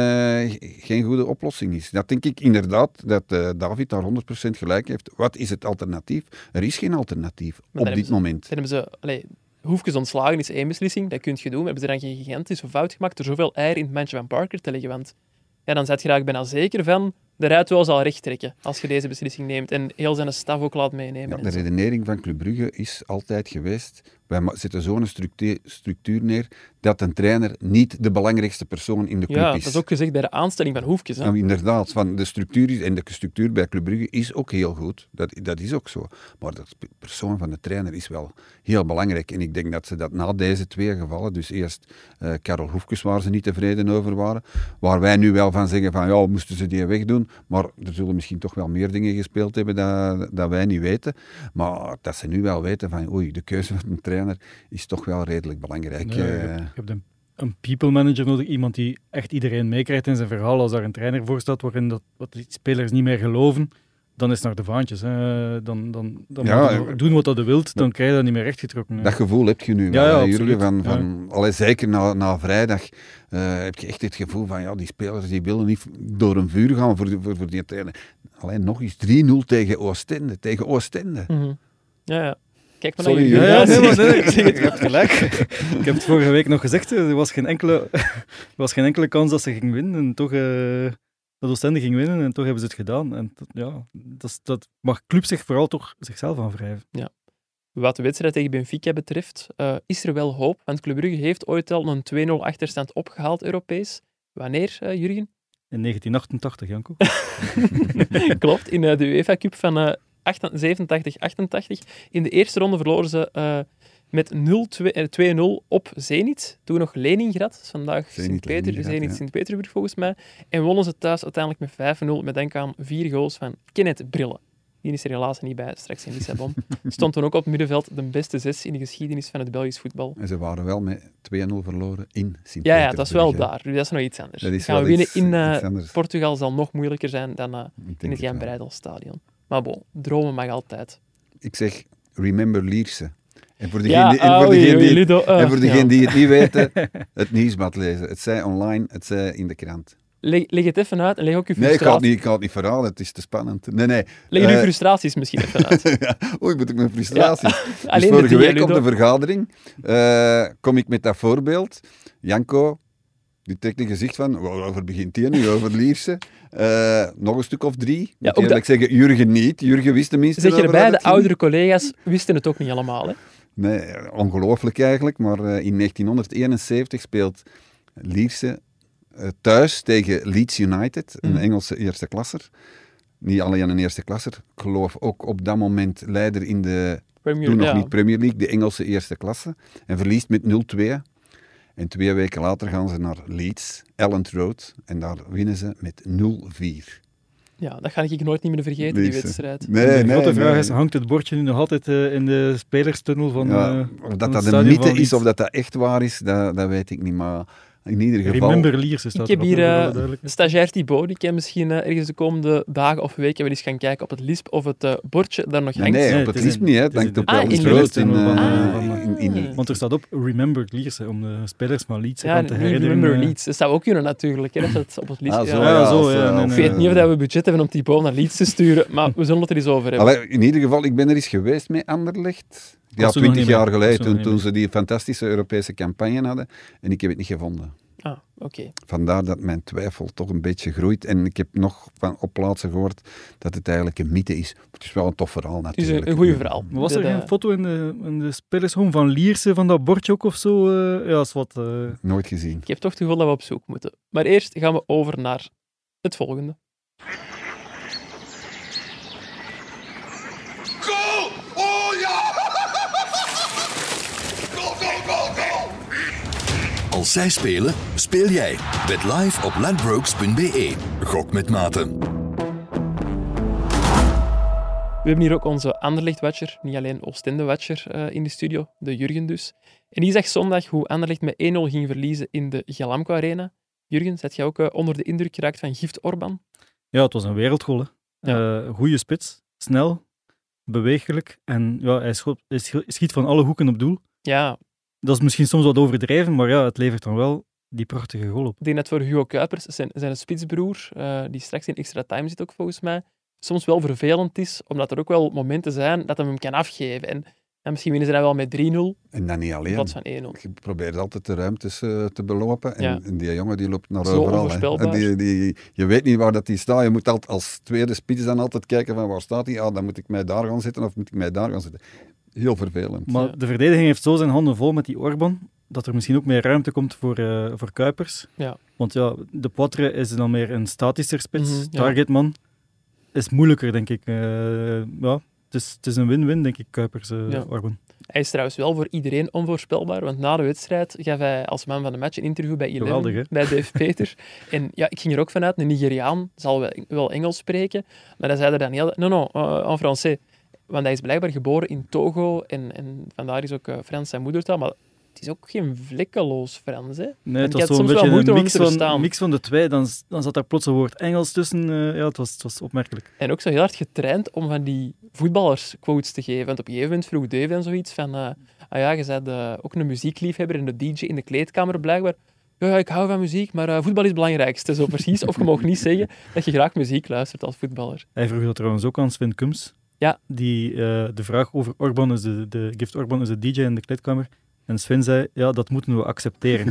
geen goede oplossing is. Dat denk ik inderdaad, dat David daar 100% gelijk heeft. Wat is het alternatief? Er is geen alternatief op dit moment. Dan hebben ze... Hoefkes ontslagen is 1 beslissing, dat kun je doen. Hebben ze dan geen gigantische fout gemaakt door zoveel eieren in het mandje van Parker te leggen? Want ja, dan zet je er bijna zeker van, de ruit wel zal recht trekken als je deze beslissing neemt en heel zijn staf ook laat meenemen. Ja, de redenering van Club Brugge is altijd geweest, wij zetten zo'n structuur neer dat een trainer niet de belangrijkste persoon in de club is. Ja, dat is ook gezegd bij de aanstelling van Hoefkes. Nou, inderdaad, van de structuur de structuur bij Club Brugge is ook heel goed. Dat is ook zo. Maar de persoon van de trainer is wel heel belangrijk. En ik denk dat ze dat na deze 2 gevallen, dus eerst Karel Hoefkes waar ze niet tevreden over waren, waar wij nu wel van zeggen van ja, moesten ze die wegdoen, maar er zullen misschien toch wel meer dingen gespeeld hebben dat wij niet weten. Maar dat ze nu wel weten van oei, de keuze van een trainer is toch wel redelijk belangrijk. Nee, je hebt een people manager nodig, iemand die echt iedereen meekrijgt in zijn verhaal. Als daar een trainer voor staat waarin wat die spelers niet meer geloven, dan is het naar de vaantjes. Dan moet je doen wat dat je wilt, dan krijg je dat niet meer rechtgetrokken. Dat gevoel heb je nu wel, Jurgen. Zeker na vrijdag heb je echt het gevoel van die spelers die willen niet door een vuur gaan voor die trainer. Alleen nog eens 3-0 tegen Oostende. Mm-hmm. Ja. Kijk maar Sorry, naar jullie. Nee, je hebt gelijk. Ik heb het vorige week nog gezegd, er was geen enkele kans dat ze ging winnen. En toch, dat Oostende ging winnen en toch hebben ze het gedaan. En dat mag club zich vooral toch zichzelf aanwrijven. Ja. Wat de wedstrijd tegen Benfica betreft, is er wel hoop. Want Club Brugge heeft ooit al een 2-0 achterstand opgehaald, Europees. Wanneer, Jurgen? In 1988, Janko. Klopt, in de UEFA Cup van 87-88. In de eerste ronde verloren ze met 2-0 op Zenit. Toen nog Leningrad, vandaag Sint-Petersburg volgens mij. En wonnen ze thuis uiteindelijk met 5-0 met denk aan 4 goals van Kenneth Brille. Die is er helaas niet bij, straks in Lissabon. Stond toen ook op het middenveld de beste 6 in de geschiedenis van het Belgisch voetbal. En ze waren wel met 2-0 verloren in Sint-Petersburg. Ja, dat is wel daar. Dat is nog iets anders. Gaan we winnen in Portugal zal nog moeilijker zijn dan in het Jan Breydel-stadion. Maar bon, dromen mag altijd. Ik zeg, remember Lierse. En voor degenen die het niet weten, het nieuwsblad lezen. Het zij online, het zij in de krant. Leg het even uit en leg ook je frustraties. Nee, ik ga het niet verhalen, het is te spannend. Nee. Leg je frustraties misschien even uit. Oei, moet ik mijn frustraties? Ja. Dus vorige week op de vergadering kom ik met dat voorbeeld. Janko, die trekt een gezicht van, waarover begint hij nu? Over Lierse? Nog een stuk of 3. Ja, moet ik zeggen, Jurgen niet. Jurgen wist tenminste. Zeg je erbij, de oudere collega's wisten het ook niet allemaal, hè? Nee, ongelooflijk eigenlijk. Maar in 1971 speelt Lierse thuis tegen Leeds United, een Engelse eerste klasser. Niet alleen een eerste klasser. Ik geloof ook op dat moment leider in de niet Premier League, de Engelse eerste klasse. En verliest met 0-2. En 2 weken later gaan ze naar Leeds, Elland Road. En daar winnen ze met 0-4. Ja, dat ga ik nooit niet meer vergeten, die wedstrijd. De grote vraag is, hangt het bordje nu nog altijd in de spelerstunnel van of dat een mythe is, of dat echt waar is, dat weet ik niet. Maar In ieder geval... Remember Lierse staat Ik heb erop, hier duidelijk. de stagiair Thibaut, die kan misschien ergens de komende dagen of weken wel eens gaan kijken op het lisp of het bordje daar nog hangt. Nee, Nee, op het het is liefst een- niet. Hè. het Het is hangt op een- wel in iets de groot lijst in... Want er staat op Remember Lierse, om de spelers van Leeds Ja, aan te niet herinneren. Remember Leeds. Dat zou ook kunnen natuurlijk, hè, dat ze het op het lisp... Ah, zo, ja. Ja, zo, als, ja, nee, Ik nee. weet niet of dat we budget hebben om Thibaut naar Leeds te sturen, maar we zullen het er eens over hebben. Allee, in ieder geval, ik ben er eens geweest met Anderlecht. Ja, Was toen nog 20 niet jaar mee. geleden, Was toen nog toen niet ze die fantastische Europese campagne hadden. En ik heb het niet gevonden. Ah, oké. Vandaar dat mijn twijfel toch een beetje groeit. En ik heb nog van op plaatsen gehoord dat het eigenlijk een mythe is. Het is wel een tof verhaal Het is natuurlijk. een goede verhaal. Maar was er Dat, geen foto in de spelershome van Lierse, van dat bordje ook of zo? Ja, is wat... Nooit gezien. Ik heb toch het gevoel dat we op zoek moeten. Maar eerst gaan we over naar het volgende. Goal! Oh ja! Goal, goal, goal, goal! Als zij spelen, speel jij. Bet live op ladbrokes.be. Gok met mate. We hebben hier ook onze Anderlecht-watcher, niet alleen Oostende-watcher in de studio, de Jurgen dus. En die zag zondag hoe Anderlecht met 1-0 ging verliezen in de Galamco Arena. Jurgen, zet jij ook onder de indruk geraakt van Gift Orban? Ja, het was een wereldgoal. Goeie spits, snel, beweeglijk. En ja, hij schiet van alle hoeken op doel. Ja, Dat is misschien soms wat overdreven, maar ja, het levert dan wel die prachtige goal op. ik denk dat voor Hugo Kuipers, zijn spitsbroer, die straks in extra time zit ook volgens mij, soms wel vervelend is, omdat er ook wel momenten zijn dat hij hem kan afgeven. En misschien winnen ze dan wel met 3-0 in En dan niet alleen. plaats van 1-0. Je probeert altijd de ruimtes te belopen. En, Ja. en die jongen die loopt naar Zo overal. Hè. onvoorspelbaar. En je weet niet waar dat die staat. Je moet altijd als tweede spits dan altijd kijken van waar staat hij. Ah, dan moet ik mij daar gaan zitten of moet ik mij daar gaan zitten. Heel vervelend. Maar Ja. de verdediging heeft zo zijn handen vol met die Orban, dat er misschien ook meer ruimte komt voor Kuipers. Ja. Want ja, de Poitre is dan meer een statischer spits, Mhm, ja. targetman. Is moeilijker, denk ik. Ja, het is een win-win, denk ik, Kuipers, Ja. Orban. Hij is trouwens wel voor iedereen onvoorspelbaar, want na de wedstrijd gaf hij als man van de match een interview bij Geweldig, hè? Eleven, bij Dave Peter. En ja, ik ging er ook vanuit, een Nigeriaan zal wel Engels spreken, maar hij zei er dan heel... Non, en français. Want hij is blijkbaar geboren in Togo en vandaar is ook Frans zijn moedertaal, maar het is ook geen vlekkeloos Frans, hè? Nee, ik het was had zo'n soms wel beetje moeite een om mix te verstaan. mix van de twee. Dan zat daar plots een woord Engels tussen. Ja, het was opmerkelijk. En ook zo heel hard getraind om van die voetballersquotes te geven. Want op een gegeven moment vroeg Dave dan zoiets van... ja, je bent ook een muziekliefhebber en de DJ in de kleedkamer blijkbaar. Ja, ik hou van muziek, maar voetbal is het belangrijkste. Zo precies. Of je mag niet zeggen dat je graag muziek luistert als voetballer. Hij vroeg dat trouwens ook aan Sven Kums. Ja. Die de vraag over Orban is de Gift Orban is de DJ in de kleedkamer. En Sven zei, ja, dat moeten we accepteren.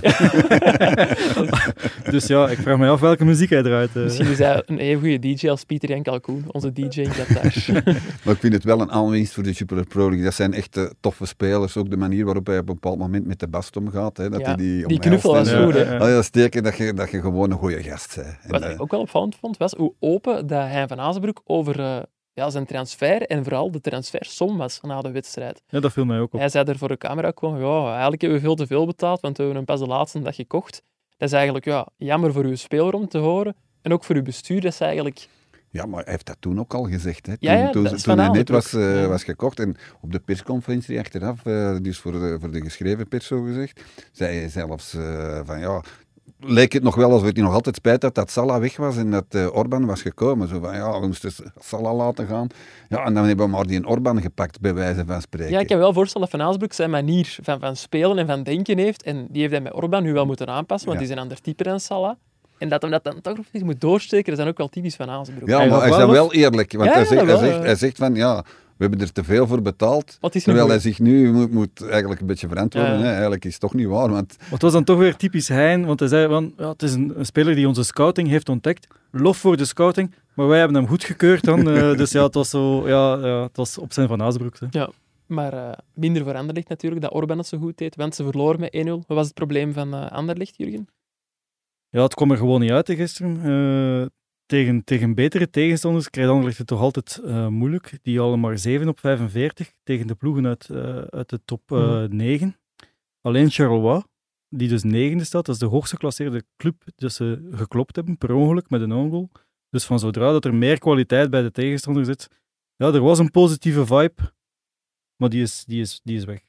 Dus ja, ik vraag me af welke muziek hij draait. Misschien is hij een even goede DJ als Pieter Jan Kalkoen, onze DJ in Qatar. Maar ik vind het wel een aanwinst voor de Super Pro League. Dat zijn echt toffe spelers. Ook de manier waarop hij op een bepaald moment met de bast omgaat. Hè, dat Ja, hij die die knuffel was omhelst en goed, zo. hè. Ah, ja, steken dat je gewoon een goede gast bent. En, Wat ik ook wel opvallend vond, was hoe open dat hij van Azenbroek over zijn transfer en vooral de transfersom was na de wedstrijd. Ja, dat viel mij ook op. Hij zei er voor de camera ook gewoon, ja, eigenlijk hebben we veel te veel betaald, want we hebben hem pas de laatste dag gekocht. Dat is eigenlijk jammer voor uw speler om te horen. En ook voor uw bestuur, dat is eigenlijk... Ja, maar hij heeft dat toen ook al gezegd. Hè. Ja, Toen dat is hij Van net Aalen was gekocht. En op de persconferentie achteraf, dus voor de geschreven pers zo gezegd, zei hij zelfs van ja... Leek het nog wel alsof hij nog altijd spijt had dat Salah weg was en dat Orban was gekomen. Zo van, ja, we moesten Salah laten gaan. Ja, en dan hebben we maar die Orban gepakt, bij wijze van spreken. Ja, ik kan me wel voorstellen dat Van Azenbroek zijn manier van spelen en van denken heeft. En die heeft hij met Orban nu wel moeten aanpassen, want die is een ander type dan Salah. En dat hem dat dan toch nog niet moet doorsteken, dat is dan ook wel typisch Van Azenbroek. Ja, maar hij is dan wel eerlijk. Want hij zegt van, ja... We hebben er te veel voor betaald, terwijl hij zich nu moet eigenlijk een beetje verantwoorden. Hè. Eigenlijk is het toch niet waar. Want het was dan toch weer typisch Hein, want hij zei van, ja, het is een speler die onze scouting heeft ontdekt. Lof voor de scouting, maar wij hebben hem goedgekeurd dan. Dus ja, het was zo, het was op zijn Van Azenbroek. Ja, maar minder voor Anderlecht natuurlijk, dat Orban het zo goed deed, want ze verloren met 1-0. Wat was het probleem van Anderlecht, Jurgen? Ja, het kwam er gewoon niet uit gisteren. Tegen betere tegenstanders krijgt Anderlecht het toch altijd moeilijk. Die halen maar 7 op 45 tegen de ploegen uit de top 9. Alleen Charleroi, die dus 9e staat, dat is de hoogste geclasseerde club dat ze geklopt hebben, per ongeluk, met een own-goal. Dus van zodra dat er meer kwaliteit bij de tegenstander zit... Ja, er was een positieve vibe, maar die is weg.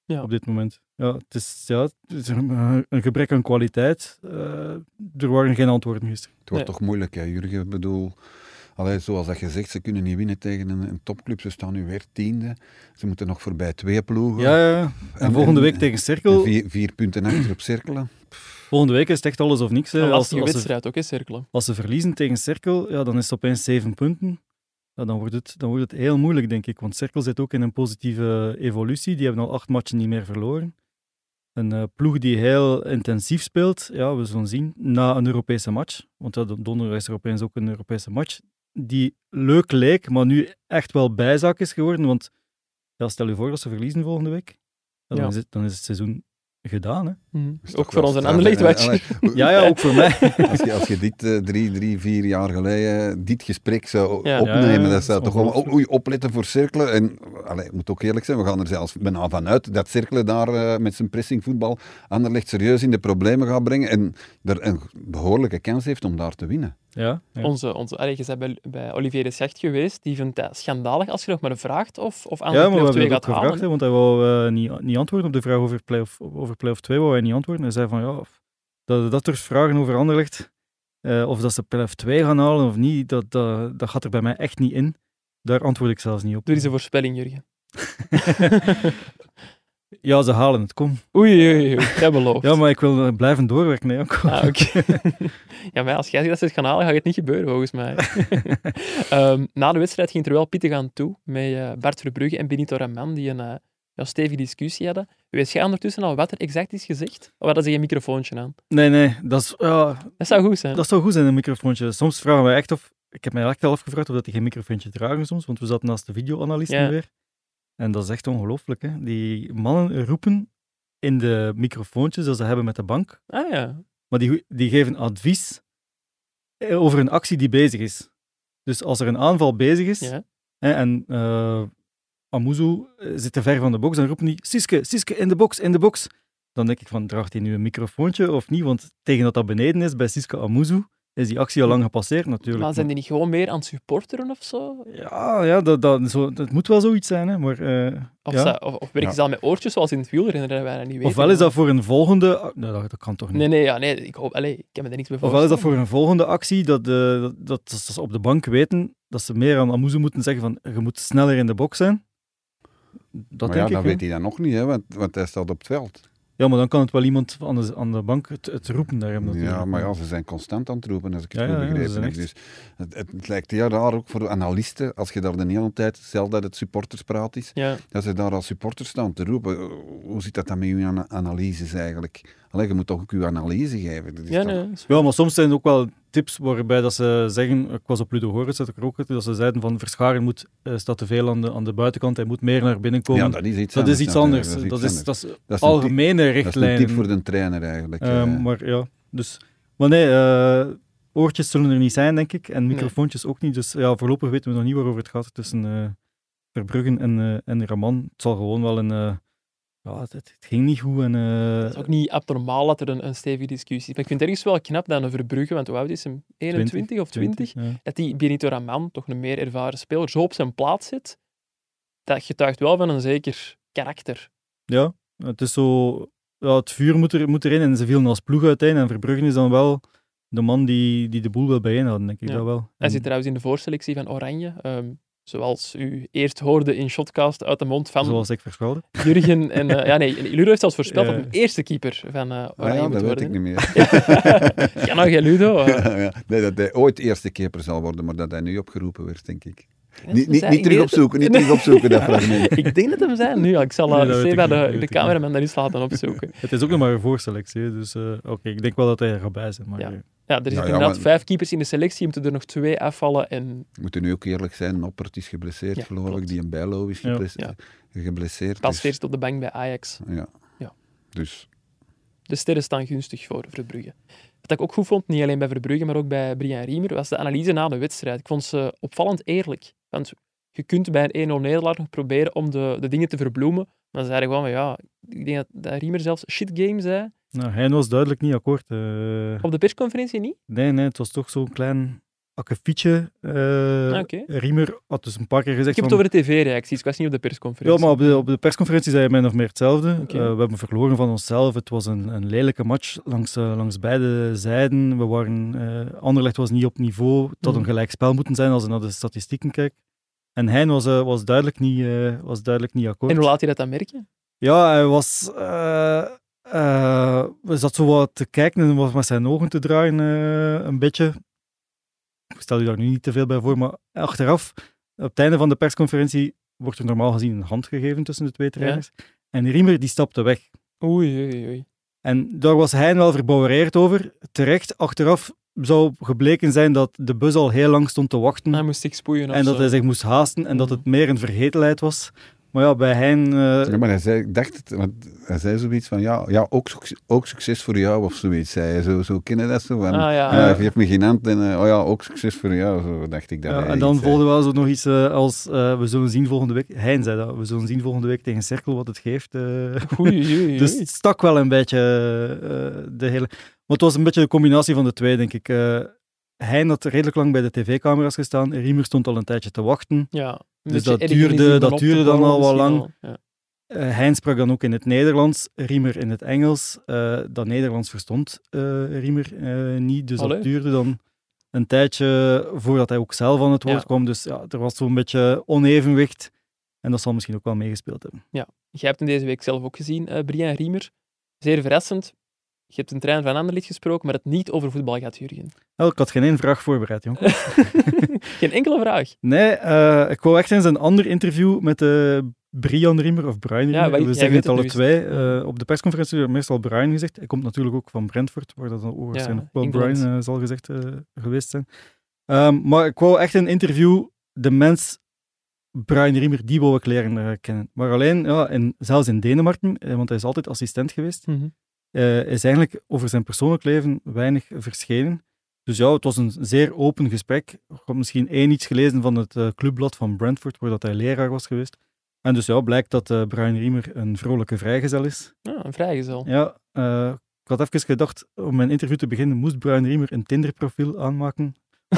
op dit moment. Ja, het is een gebrek aan kwaliteit. Er waren geen antwoorden gisteren. Het wordt toch moeilijk, hè, Jurgen? Ik bedoel, zoals dat je zegt, ze kunnen niet winnen tegen een topclub. Ze staan nu weer 10e. Ze moeten nog voorbij 2 ploegen. Ja. En volgende week tegen Cerkel... 4 punten achter op Cerkelen. Volgende week is het echt alles of niks. Een lastige wedstrijd ook, hè, Cerkelen. Als ze verliezen tegen Cerkel, dan is het opeens 7 punten. Ja, dan wordt het heel moeilijk, denk ik. Want Cerkel zit ook in een positieve evolutie. Die hebben al 8 matchen niet meer verloren. Een ploeg die heel intensief speelt, ja, we zullen zien, na een Europese match. Want donderdag is er opeens ook een Europese match. Die leuk leek, maar nu echt wel bijzaak is geworden. Want stel je voor dat ze verliezen volgende week. Ja, dan is het seizoen gedaan. Hè? Ook voor ons een Anderlecht-match. Ja, ook voor mij. Als je dit 4 jaar geleden dit gesprek zou opnemen, dat zou toch wel opletten voor Cerkelen. En ik moet ook eerlijk zijn, we gaan er zelfs bijna vanuit dat Cerkelen daar met zijn pressingvoetbal Anderlecht serieus in de problemen gaat brengen en er een behoorlijke kans heeft om daar te winnen. Ja. Je bent bij Olivier de Schacht geweest, die vindt het schandalig als je nog maar vraagt of aan play-off 2 gaat halen. Gevraagd, want hij wou niet antwoorden op de vraag over play-off 2, wou hij niet antwoorden. Hij zei van, dat er vragen over Anderlecht, of dat ze play-off 2 gaan halen of niet, dat gaat er bij mij echt niet in. Daar antwoord ik zelfs niet op. Doe eens een voorspelling, Jurgen. Ja, ze halen het, kom. Oei, jij belooft. Ja, maar ik wil blijven doorwerken, hè. Oké. Ja, maar als jij zegt dat ze het gaan halen, gaat het niet gebeuren, volgens mij. Na de wedstrijd ging het er wel pittig aan toe, met Bart Verbrugge en Benito Raman, die een stevige discussie hadden. Weet jij ondertussen al wat er exact is gezegd? Of hadden ze geen microfoontje aan? Nee, dat zou goed zijn. Dat zou goed zijn, een microfoontje. Soms vragen we echt ik heb mij echt al afgevraagd of die geen microfoontje dragen soms, want we zaten naast de videoanalisten weer. En dat is echt ongelooflijk, hè. Die mannen roepen in de microfoontjes dat ze hebben met de bank. Ah ja. Maar die geven advies over een actie die bezig is. Dus als er een aanval bezig is, en Amuzu zit te ver van de box, dan roepen die Siske, in de box. Dan denk ik van, draagt hij nu een microfoontje of niet? Want tegen dat beneden is, bij Siske Amuzu, is die actie al lang gepasseerd natuurlijk. Maar zijn die niet gewoon meer aan het supporteren of zo? Ja, dat moet wel zoiets zijn. Hè, maar, of werken ze al met oortjes zoals in het wielrennen, dat wij dat niet weten. Ofwel is dat voor een volgende... dat kan toch niet? Nee, ik hoop... ik heb me er niks mee voorstellen. Ofwel is dat voor een volgende actie, dat ze op de bank weten dat ze meer aan Amuzu moeten zeggen van, je moet sneller in de box zijn. Dat weet hij dan nog niet, hè, want hij staat op het veld. Ja, maar dan kan het wel iemand aan de bank het roepen daar hebben. Ja, maar ze zijn constant aan het roepen, als ik het goed begrepen heb. Dus het lijkt heel raar ook voor analisten, als je daar de hele tijd, stel dat het supporterspraat is, dat ze daar als supporters staan te roepen. Hoe zit dat dan met je analyses eigenlijk? Je moet toch ook je analyse geven. Ja, maar soms zijn er ook wel tips waarbij dat ze zeggen, ik was op Ludo Horus, dat ze zeiden van Verscharen staat te veel aan de buitenkant, hij moet meer naar binnen komen. Ja, dat is iets anders. Dat is algemene richtlijnen. Dat is een tip voor de trainer eigenlijk. Maar nee, oortjes zullen er niet zijn, denk ik, en microfoontjes ook niet. Dus voorlopig weten we nog niet waarover het gaat tussen Verbruggen en Raman. Het zal gewoon wel een... het ging niet goed. Het is ook niet abnormaal dat er een stevige discussie is. Maar ik vind het ergens wel knap dat een Verbrugge, want hoe oud is hem? 21 of 20? Dat die Benito Raman, toch een meer ervaren speler, zo op zijn plaats zit. Dat getuigt wel van een zeker karakter. Ja, het is zo... het vuur moet erin en ze vielen als ploeg uiteen. En Verbrugge is dan wel de man die de boel wil bijeenhouden, denk ik dat wel. Hij zit trouwens in de voorselectie van Oranje. Zoals u eerst hoorde in Shotcast uit de mond van... Zoals ik voorspelde. Jurgen en... Ludo heeft zelfs voorspeld dat hij eerste keeper van Oranje moet worden. Dat weet ik niet meer. Ja, nou, geen Ludo. Nee, dat hij ooit eerste keeper zal worden, maar dat hij nu opgeroepen werd, denk ik. Niet terug opzoeken, dat fragment. Ik denk dat hem zijn nu. Ik zal bij de cameraman dat eens laten opzoeken. Het is ook nog maar een voorselectie, dus ik denk wel dat hij er gaat bij zijn. Maar, er zitten inderdaad 5 keepers in de selectie, moeten er nog 2 afvallen. En... We moeten nu ook eerlijk zijn, Noppert is geblesseerd, geloof ik. Die een Bijlo is geblesseerd. Pas eerst op de bank bij Ajax. Ja. Dus. De sterren staan gunstig voor Verbrugge. Wat ik ook goed vond, niet alleen bij Verbrugge, maar ook bij Brian Riemer, was de analyse na de wedstrijd. Ik vond ze opvallend eerlijk. Want je kunt bij een 1-0 nederlaag nog proberen om de dingen te verbloemen. Maar ze zeiden gewoon, ik denk dat Riemer zelfs shit game zei. Nou, hij was duidelijk niet akkoord. Op de persconferentie niet? Nee, het was toch zo'n klein akkefietje. Riemer had dus een paar keer gezegd... Ik heb het over de tv-reacties, ik was niet op de persconferentie. Ja, maar op de persconferentie zei hij min of meer hetzelfde. We hebben verloren van onszelf. Het was een lelijke match langs beide zijden. Anderlecht was niet op niveau. Het had een gelijkspel moeten zijn als je naar de statistieken kijkt. En Hein was duidelijk niet akkoord. En hoe laat hij dat dan merken? Ja, hij was... zat zo wat te kijken en was met zijn ogen te draaien, een beetje. Ik stel je daar nu niet te veel bij voor, maar achteraf, op het einde van de persconferentie, wordt er normaal gezien een hand gegeven tussen de twee trainers. Ja. En Riemer, die stapte weg. Oei. En daar was hij wel verbouwereerd over. Terecht, achteraf zou gebleken zijn dat de bus al heel lang stond te wachten. Hij moest zich spoeien of en dat zo. hij zich moest haasten en dat het meer een vergetelheid was. Maar ja, bij Hein... Ja, maar hij zei zoiets van, ja ook succes voor jou of zoiets. Zo kennen dat zo van, geef me geen hand en ook succes voor jou. Zo dacht ik dat. Ja, en dan volgde wel zo nog iets als, we zullen zien volgende week... Hein zei dat, we zullen zien volgende week tegen Cerkel wat het geeft. Oei. Dus het stak wel een beetje de hele... Maar het was een beetje de combinatie van de twee, denk ik. Hein had redelijk lang bij de tv-camera's gestaan. Riemer stond al een tijdje te wachten. Ja, dus dat duurde dan al wat lang. Hein sprak dan ook in het Nederlands, Riemer in het Engels. Dat Nederlands verstond Riemer niet. Dus dat duurde dan een tijdje voordat hij ook zelf aan het woord kwam. Dus ja, er was zo'n beetje onevenwicht. En dat zal misschien ook wel meegespeeld hebben. Ja, jij hebt hem deze week zelf ook gezien, Brian Riemer. Zeer verrassend. Je hebt een trainer van Anderlecht gesproken, maar het niet over voetbal gaat, Jurgen. Ik had geen één vraag voorbereid, jongen. Geen enkele vraag? Nee, ik wou echt eens een ander interview met Brian Riemer, of Brian Riemer. We zeggen het alle twee. Op de persconferentie werd meestal Brian gezegd. Hij komt natuurlijk ook van Brentford, waar dat dan waarschijnlijk ook wel Brian zal gezegd geweest zijn. Maar ik wou echt een interview, de mens Brian Riemer, die wou ik leren kennen. Maar alleen, zelfs in Denemarken, want hij is altijd assistent geweest, is eigenlijk over zijn persoonlijk leven weinig verschenen. Dus ja, het was een zeer open gesprek. Ik had misschien iets gelezen van het clubblad van Brentford, waar dat hij leraar was geweest. En dus ja, blijkt dat Brian Riemer een vrolijke vrijgezel is. Ja, een vrijgezel. Ja, ik had even gedacht, om mijn interview te beginnen, moest Brian Riemer een Tinder-profiel aanmaken.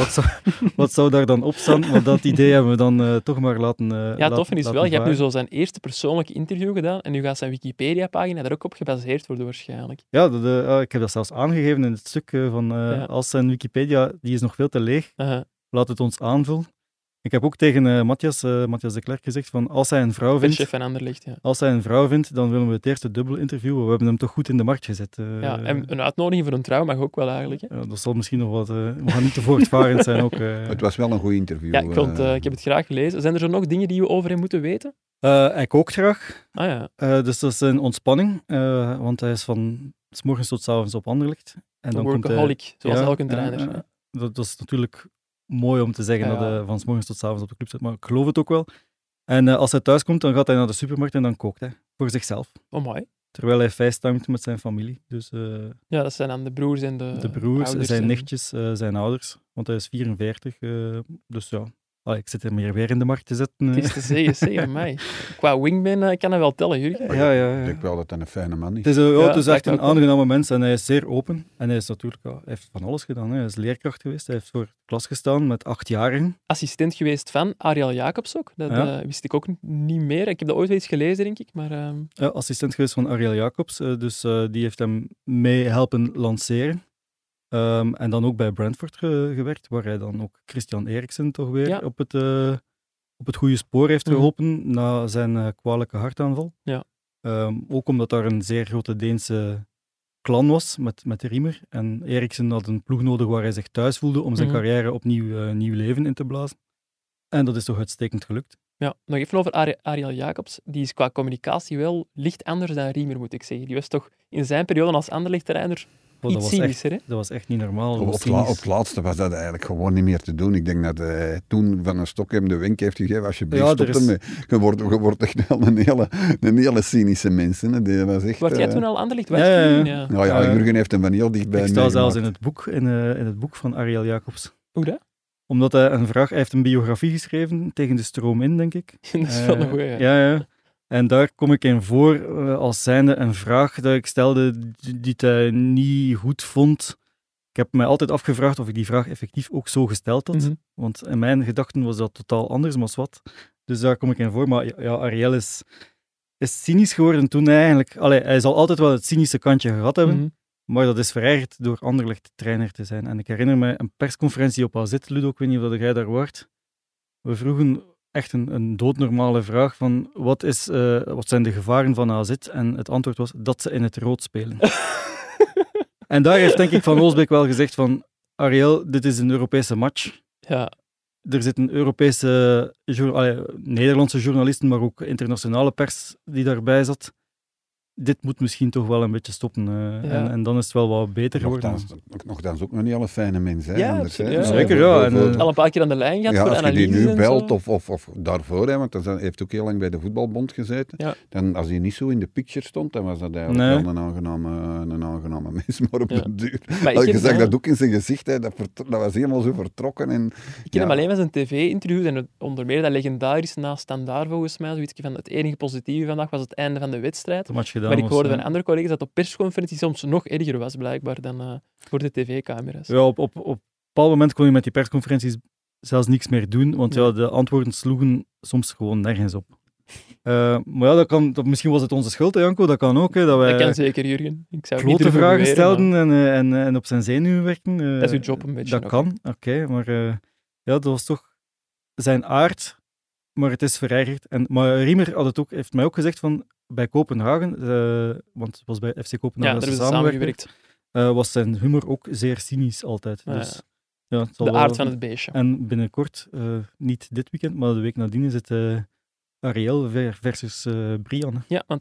Wat zou daar dan op staan? Maar dat idee hebben we dan toch maar laten tof is wel, je hebt nu zo zijn eerste persoonlijke interview gedaan en nu gaat zijn Wikipedia-pagina daar ook op gebaseerd worden waarschijnlijk. Ja, ik heb dat zelfs aangegeven in het stuk van als zijn Wikipedia, die is nog veel te leeg, laat het ons aanvullen. Ik heb ook tegen Matthias de Klerk gezegd van als hij een vrouw vindt, chef van Anderlecht, als hij een vrouw vindt, dan willen we het eerste dubbel interviewen. We hebben hem toch goed in de markt gezet. En een uitnodiging voor een trouw mag ook wel eigenlijk. Hè? Ja, dat zal misschien nog wat... we gaan niet te voortvarend zijn ook. Het was wel een goed interview. Ja, ik heb het graag gelezen. Zijn er zo nog dingen die we over hem moeten weten? Hij kookt graag. Dus dat is een ontspanning, want hij is van 's morgens tot 's avonds op Anderlecht. En dan workaholic, zoals elke trainer. Dat is natuurlijk mooi om te zeggen dat hij van 's morgens tot 's avonds op de club zit, maar ik geloof het ook wel. En als hij thuis komt, dan gaat hij naar de supermarkt en dan kookt hij voor zichzelf. Oh, mooi. Terwijl hij facetimet met zijn familie. Dus, dat zijn dan de broers en de broers, ouders zijn nichtjes, zijn ouders. Want hij is 44, dus ja. Ik zit hem hier weer in de markt te zetten. Het is te zeggen, aan mij. Qua wingman kan hij wel tellen, Jurgen. Ja. Ik denk wel dat hij een fijne man is. Het is echt een aangename mens en hij is zeer open. En hij is natuurlijk, hij heeft van alles gedaan. Hij is leerkracht geweest, hij heeft voor klas gestaan met 8-jarigen. Assistent geweest van Ariel Jacobs ook. Dat wist ik ook niet meer. Ik heb dat ooit wel eens gelezen, denk ik. Maar, assistent geweest van Ariel Jacobs, dus die heeft hem mee helpen lanceren. En dan ook bij Brentford gewerkt, waar hij dan ook Christian Eriksen toch weer op het goede spoor heeft geholpen na zijn kwalijke hartaanval. Ja. Ook omdat daar een zeer grote Deense clan was met Riemer. En Eriksen had een ploeg nodig waar hij zich thuis voelde om zijn carrière opnieuw nieuw leven in te blazen. En dat is toch uitstekend gelukt. Ja, nog even over Ariel Jacobs. Die is qua communicatie wel licht anders dan Riemer, moet ik zeggen. Die was toch in zijn periode als Anderlecht-trainer iets cynischer, hè? Dat was echt niet normaal. Op het laatste was dat eigenlijk gewoon niet meer te doen. Ik denk dat hij toen van een stok hem de wenk heeft gegeven. Alsjeblieft, stop ermee. Je wordt echt wel een hele cynische mens. Hè. Word jij toen al Anderlecht? Jurgen heeft hem van heel dichtbij meegemaakt. Ik sta zelfs in het boek van Ariel Jacobs. Hoe dat? Omdat hij heeft een biografie geschreven, Tegen de stroom in, denk ik. Dat is wel een goeie. Ja. En daar kom ik in voor als zijnde een vraag dat ik stelde die hij niet goed vond Ik heb mij altijd afgevraagd of ik die vraag effectief ook zo gesteld had. Want in mijn gedachten was dat totaal anders, maar wat. Dus daar kom ik in voor. Maar ja, Ariel is cynisch geworden toen hij eigenlijk... hij zal altijd wel het cynische kantje gehad hebben, maar dat is verergerd door Anderlecht trainer te zijn. En ik herinner me een persconferentie op AZ, Ludo, ik weet niet of jij daar waart. We vroegen echt een doodnormale vraag van wat zijn de gevaren van AZ? En het antwoord was dat ze in het rood spelen. En daar heeft denk ik Van Oosbeek wel gezegd van Ariel, dit is een Europese match. Ja. Er zitten Europese, Nederlandse journalisten, maar ook internationale pers die daarbij zat. Dit moet misschien toch wel een beetje stoppen. En dan is het wel wat beter geworden. Nochtans ook nog niet alle fijne mensen. Ja, anders, zeker. Ja. Al een paar keer aan de lijn gehad voor als je die analyses nu belt of daarvoor, want hij heeft ook heel lang bij de voetbalbond gezeten, dan, als hij niet zo in de picture stond, dan was dat eigenlijk wel een aangename mens, maar op de duur. Je zag dat ook in zijn gezicht, dat was helemaal zo vertrokken. Ik ken hem alleen met zijn tv-interview en onder meer dat legendarisch na Standaard volgens mij, zoiets van het enige positieve vandaag was het einde van de wedstrijd. Maar ik hoorde van andere collega's dat op persconferenties soms nog erger was, blijkbaar, dan voor de tv-camera's. Ja, op een bepaald moment kon je met die persconferenties zelfs niks meer doen, want de antwoorden sloegen soms gewoon nergens op. Maar ja, misschien was het onze schuld, hè, Janko, dat kan ook. Hè, dat kan zeker, Jurgen. Ik zou grote vragen stelden en op zijn zenuwen werken. Dat is uw job een beetje. Dat kan, oké, maar dat was toch zijn aard, maar het is verergerd. Maar Riemer heeft mij ook gezegd van bij Kopenhagen, want het was bij FC Kopenhagen dat ze samengewerkt, was zijn humor ook zeer cynisch altijd. Dus, het zal de aard van het beestje. En binnenkort, niet dit weekend, maar de week nadien is het Ariel versus Brian. Ja, want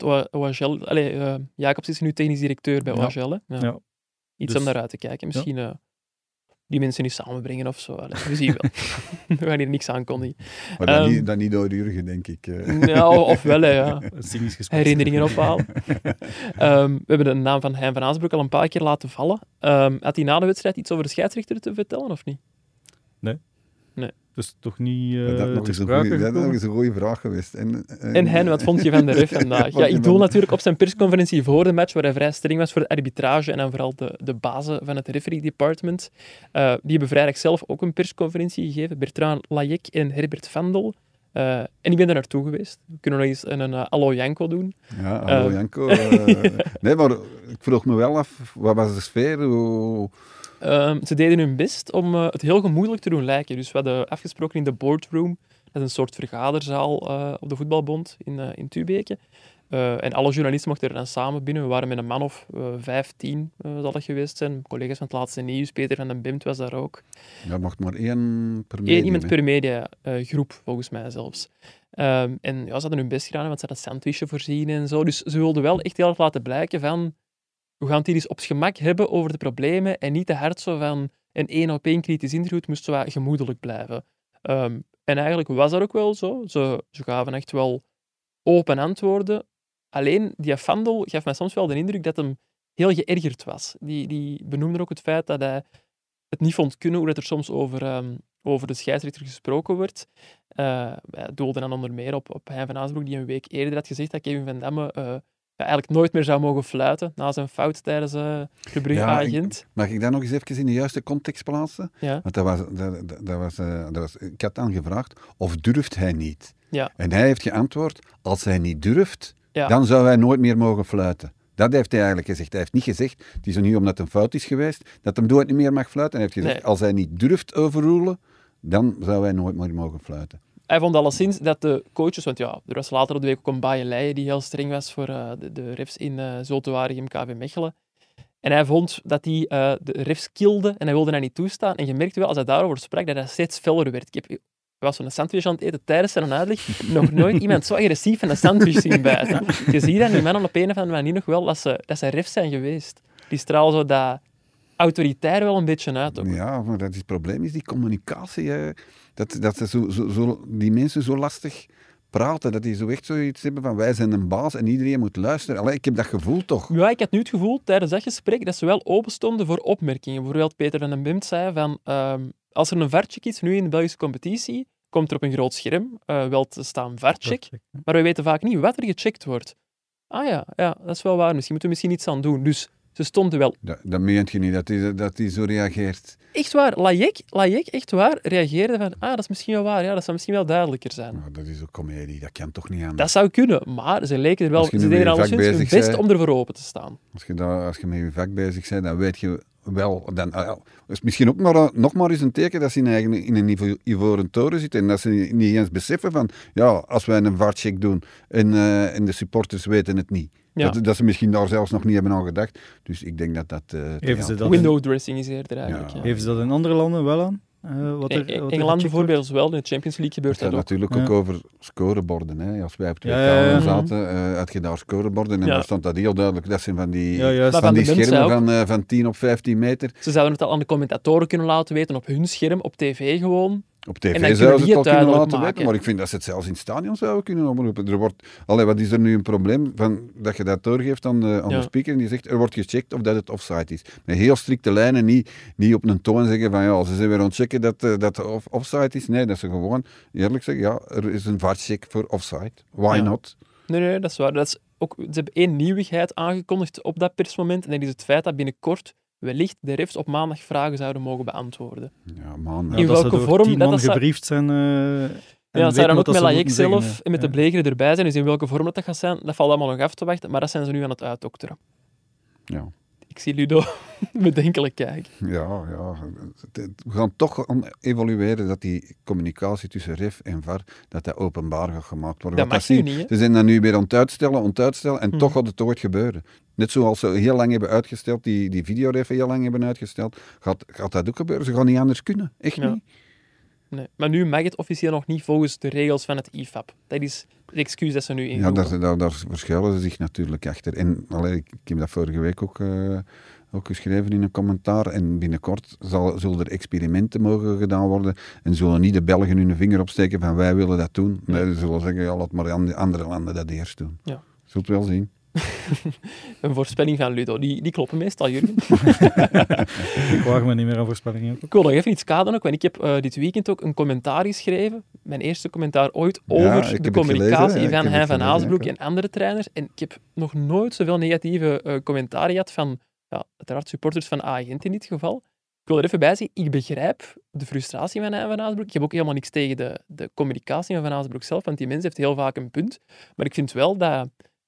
Jacobs is nu technisch directeur bij OHL. Ja. Iets om naar uit te kijken. Misschien die mensen niet samenbrengen of zo. We zien wel. We gaan hier niks aankondigen. Maar dat niet door Jurgen, denk ik. Ja, of wel, ja. Herinneringen ophalen. We hebben de naam van Hein van Azenbroek al een paar keer laten vallen. Had hij na de wedstrijd iets over de scheidsrechter te vertellen, of niet? Nee. Dus toch niet dat is een goede vraag geweest. En Hein, wat vond je van de ref vandaag? Ik doel natuurlijk op zijn persconferentie voor de match, waar hij vrij streng was voor de arbitrage en dan vooral de bazen van het referee department. Die hebben vrijdag zelf ook een persconferentie gegeven. Bertrand Layek en Herbert Vandel. En ik ben er naartoe geweest. We kunnen nog eens een Allo Janko doen. Ja, Allo Janko. Nee, maar ik vroeg me wel af, wat was de sfeer? Ze deden hun best om het heel gemoedelijk te doen lijken. Dus we hadden afgesproken in de boardroom. Dat is een soort vergaderzaal op de voetbalbond in Tubeke. En alle journalisten mochten er dan samen binnen. We waren met een man of 15, zal het geweest zijn. Collega's van het laatste nieuws, Peter van den Bemt was daar ook. Ja, mocht maar één per media. Eén iemand per mediagroep, volgens mij zelfs. En ze hadden hun best gedaan, want ze hadden sandwichen voorzien en zo. Dus ze wilden wel echt heel erg laten blijken van... We gaan het hier eens op gemak hebben over de problemen en niet te hard zo van een één-op-één kritisch interview. Het moest zo wat gemoedelijk blijven. En eigenlijk was dat ook wel zo. Ze gaven echt wel open antwoorden. Alleen, die Vandel gaf mij soms wel de indruk dat hem heel geërgerd was. Die benoemde ook het feit dat hij het niet vond kunnen hoe dat er soms over de scheidsrechter gesproken wordt. Hij doelde dan onder meer op Hein van Azenbroek, die een week eerder had gezegd dat Kevin Van Damme... eigenlijk nooit meer zou mogen fluiten na zijn fout tijdens de Brugge-agent. Mag ik dat nog eens even in de juiste context plaatsen? Ja. Want dat was, ik had dan gevraagd, of durft hij niet? Ja. En hij heeft geantwoord, als hij niet durft, dan zou hij nooit meer mogen fluiten. Dat heeft hij eigenlijk gezegd. Hij heeft niet gezegd, het is niet omdat het een fout is geweest, dat hij nooit niet meer mag fluiten. Hij heeft gezegd, als hij niet durft overroelen, dan zou hij nooit meer mogen fluiten. Hij vond alleszins dat de coaches, want er was later op de week ook een Baye Leijen die heel streng was voor de refs in Zulte-Waregem, KV Mechelen. En hij vond dat die de refs kilden en hij wilde dat niet toestaan. En je merkte wel, als hij daarover sprak, dat hij steeds feller werd. Ik was zo'n sandwich aan het eten tijdens zijn uitleg. Nog nooit iemand zo agressief van een sandwich zien bijten. Je ziet dat die mannen op een of andere manier nog wel, dat ze refs zijn geweest. Die stralen zo dat autoritair wel een beetje uit. Ook. Ja, maar het probleem is die communicatie. Dat ze die mensen zo lastig praten, dat die zo echt zoiets hebben van wij zijn een baas en iedereen moet luisteren. Allee, ik heb dat gevoel toch. Ja, ik had nu het gevoel tijdens dat gesprek dat ze wel open stonden voor opmerkingen. Bijvoorbeeld Peter van den Bemt zei van als er een VAR-check is, nu in de Belgische competitie, komt er op een groot scherm wel te staan VAR-check, maar we weten vaak niet wat er gecheckt wordt. Ah ja, dat is wel waar. Misschien moeten we iets aan doen. Dus Ze stond wel... Dat meent je niet, dat hij zo reageert. Echt waar. Lajek, echt waar, reageerde van dat is misschien wel waar. Ja, dat zou misschien wel duidelijker zijn. Nou, dat is ook comedie, dat kan toch niet aan. Dat zou kunnen, maar ze leken er wel... Ze deden alleszins hun best om ervoor open te staan. Als je met je vak bezig bent, dan weet je wel... Dat is misschien ook nog maar eens een teken dat ze in een ivoren toren zitten en dat ze niet eens beseffen van, als wij een VAR-check doen en de supporters weten het niet. Ja. Dat ze misschien daar zelfs nog niet hebben aan gedacht. Dus ik denk dat window dressing is eerder eigenlijk. Ja. Geven ze dat in andere landen wel aan? Engeland bijvoorbeeld wel, in de Champions League gebeurt dat ook. Natuurlijk ook over scoreborden. Hè. Als wij op 2 kamer zaten, had je daar scoreborden en daar stond dat heel duidelijk. Dat zijn van die schermen van 10 op 15 meter. Ze zouden het al aan de commentatoren kunnen laten weten op hun scherm, op tv gewoon. Op tv zouden ze het al kunnen laten weten, maar ik vind dat ze het zelfs in het stadion zouden kunnen oproepen. Wat is er nu een probleem van dat je dat doorgeeft aan de speaker en die zegt, er wordt gecheckt of dat het offside is. Met heel strikte lijnen, niet op een toon zeggen van ze zijn weer aan het checken dat offside is. Nee, dat ze gewoon eerlijk zeggen, er is een VAR-check voor offside. Why not? Nee, dat is waar. Dat is ook, ze hebben 1 nieuwigheid aangekondigd op dat persmoment en dat is het feit dat binnenkort wellicht de refs op maandag vragen zouden mogen beantwoorden. Ja, maandag. In welke vorm dat gebriefd zijn. Het zou dan ook met Lajek zelf en met de Blegeren erbij zijn. Dus in welke vorm dat gaat zijn, dat valt allemaal nog af te wachten. Maar dat zijn ze nu aan het uitdokteren. Ja. Ik zie Ludo bedenkelijk kijken. Ja. We gaan toch evalueren dat die communicatie tussen ref en VAR, dat openbaar gaat gemaakt worden. Dat mag je niet, ze zijn dat nu weer aan het uitstellen en toch gaat het ooit gebeuren. Net zoals ze heel lang hebben uitgesteld, die videoref heel lang hebben uitgesteld, gaat dat ook gebeuren. Ze gaan niet anders kunnen. Echt niet. Nee. Maar nu mag het officieel nog niet volgens de regels van het IFAB. Dat is het excuus dat ze nu invoeren. Ja, daar verschuilen ze zich natuurlijk achter. En ik heb dat vorige week ook geschreven in een commentaar. En binnenkort zullen er experimenten mogen gedaan worden. En zullen niet de Belgen hun vinger opsteken van wij willen dat doen. Nee, ze zullen zeggen, laat maar andere landen dat eerst doen. Ja. Zult wel zien. Een voorspelling van Ludo, die kloppen meestal, Jurgen. Ik waag me niet meer aan voorspellingen. Ik wil nog even iets kaderen ook, want ik heb dit weekend ook een commentaar geschreven, mijn eerste commentaar ooit, over de communicatie van Hein van Azenbroek en andere trainers. En ik heb nog nooit zoveel negatieve commentaren gehad van, uiteraard supporters van A-agent in dit geval. Ik wil er even bij zeggen, ik begrijp de frustratie van Hein van Azenbroek. Ik heb ook helemaal niks tegen de communicatie van Azenbroek zelf, want die mens heeft heel vaak een punt. Maar ik vind wel dat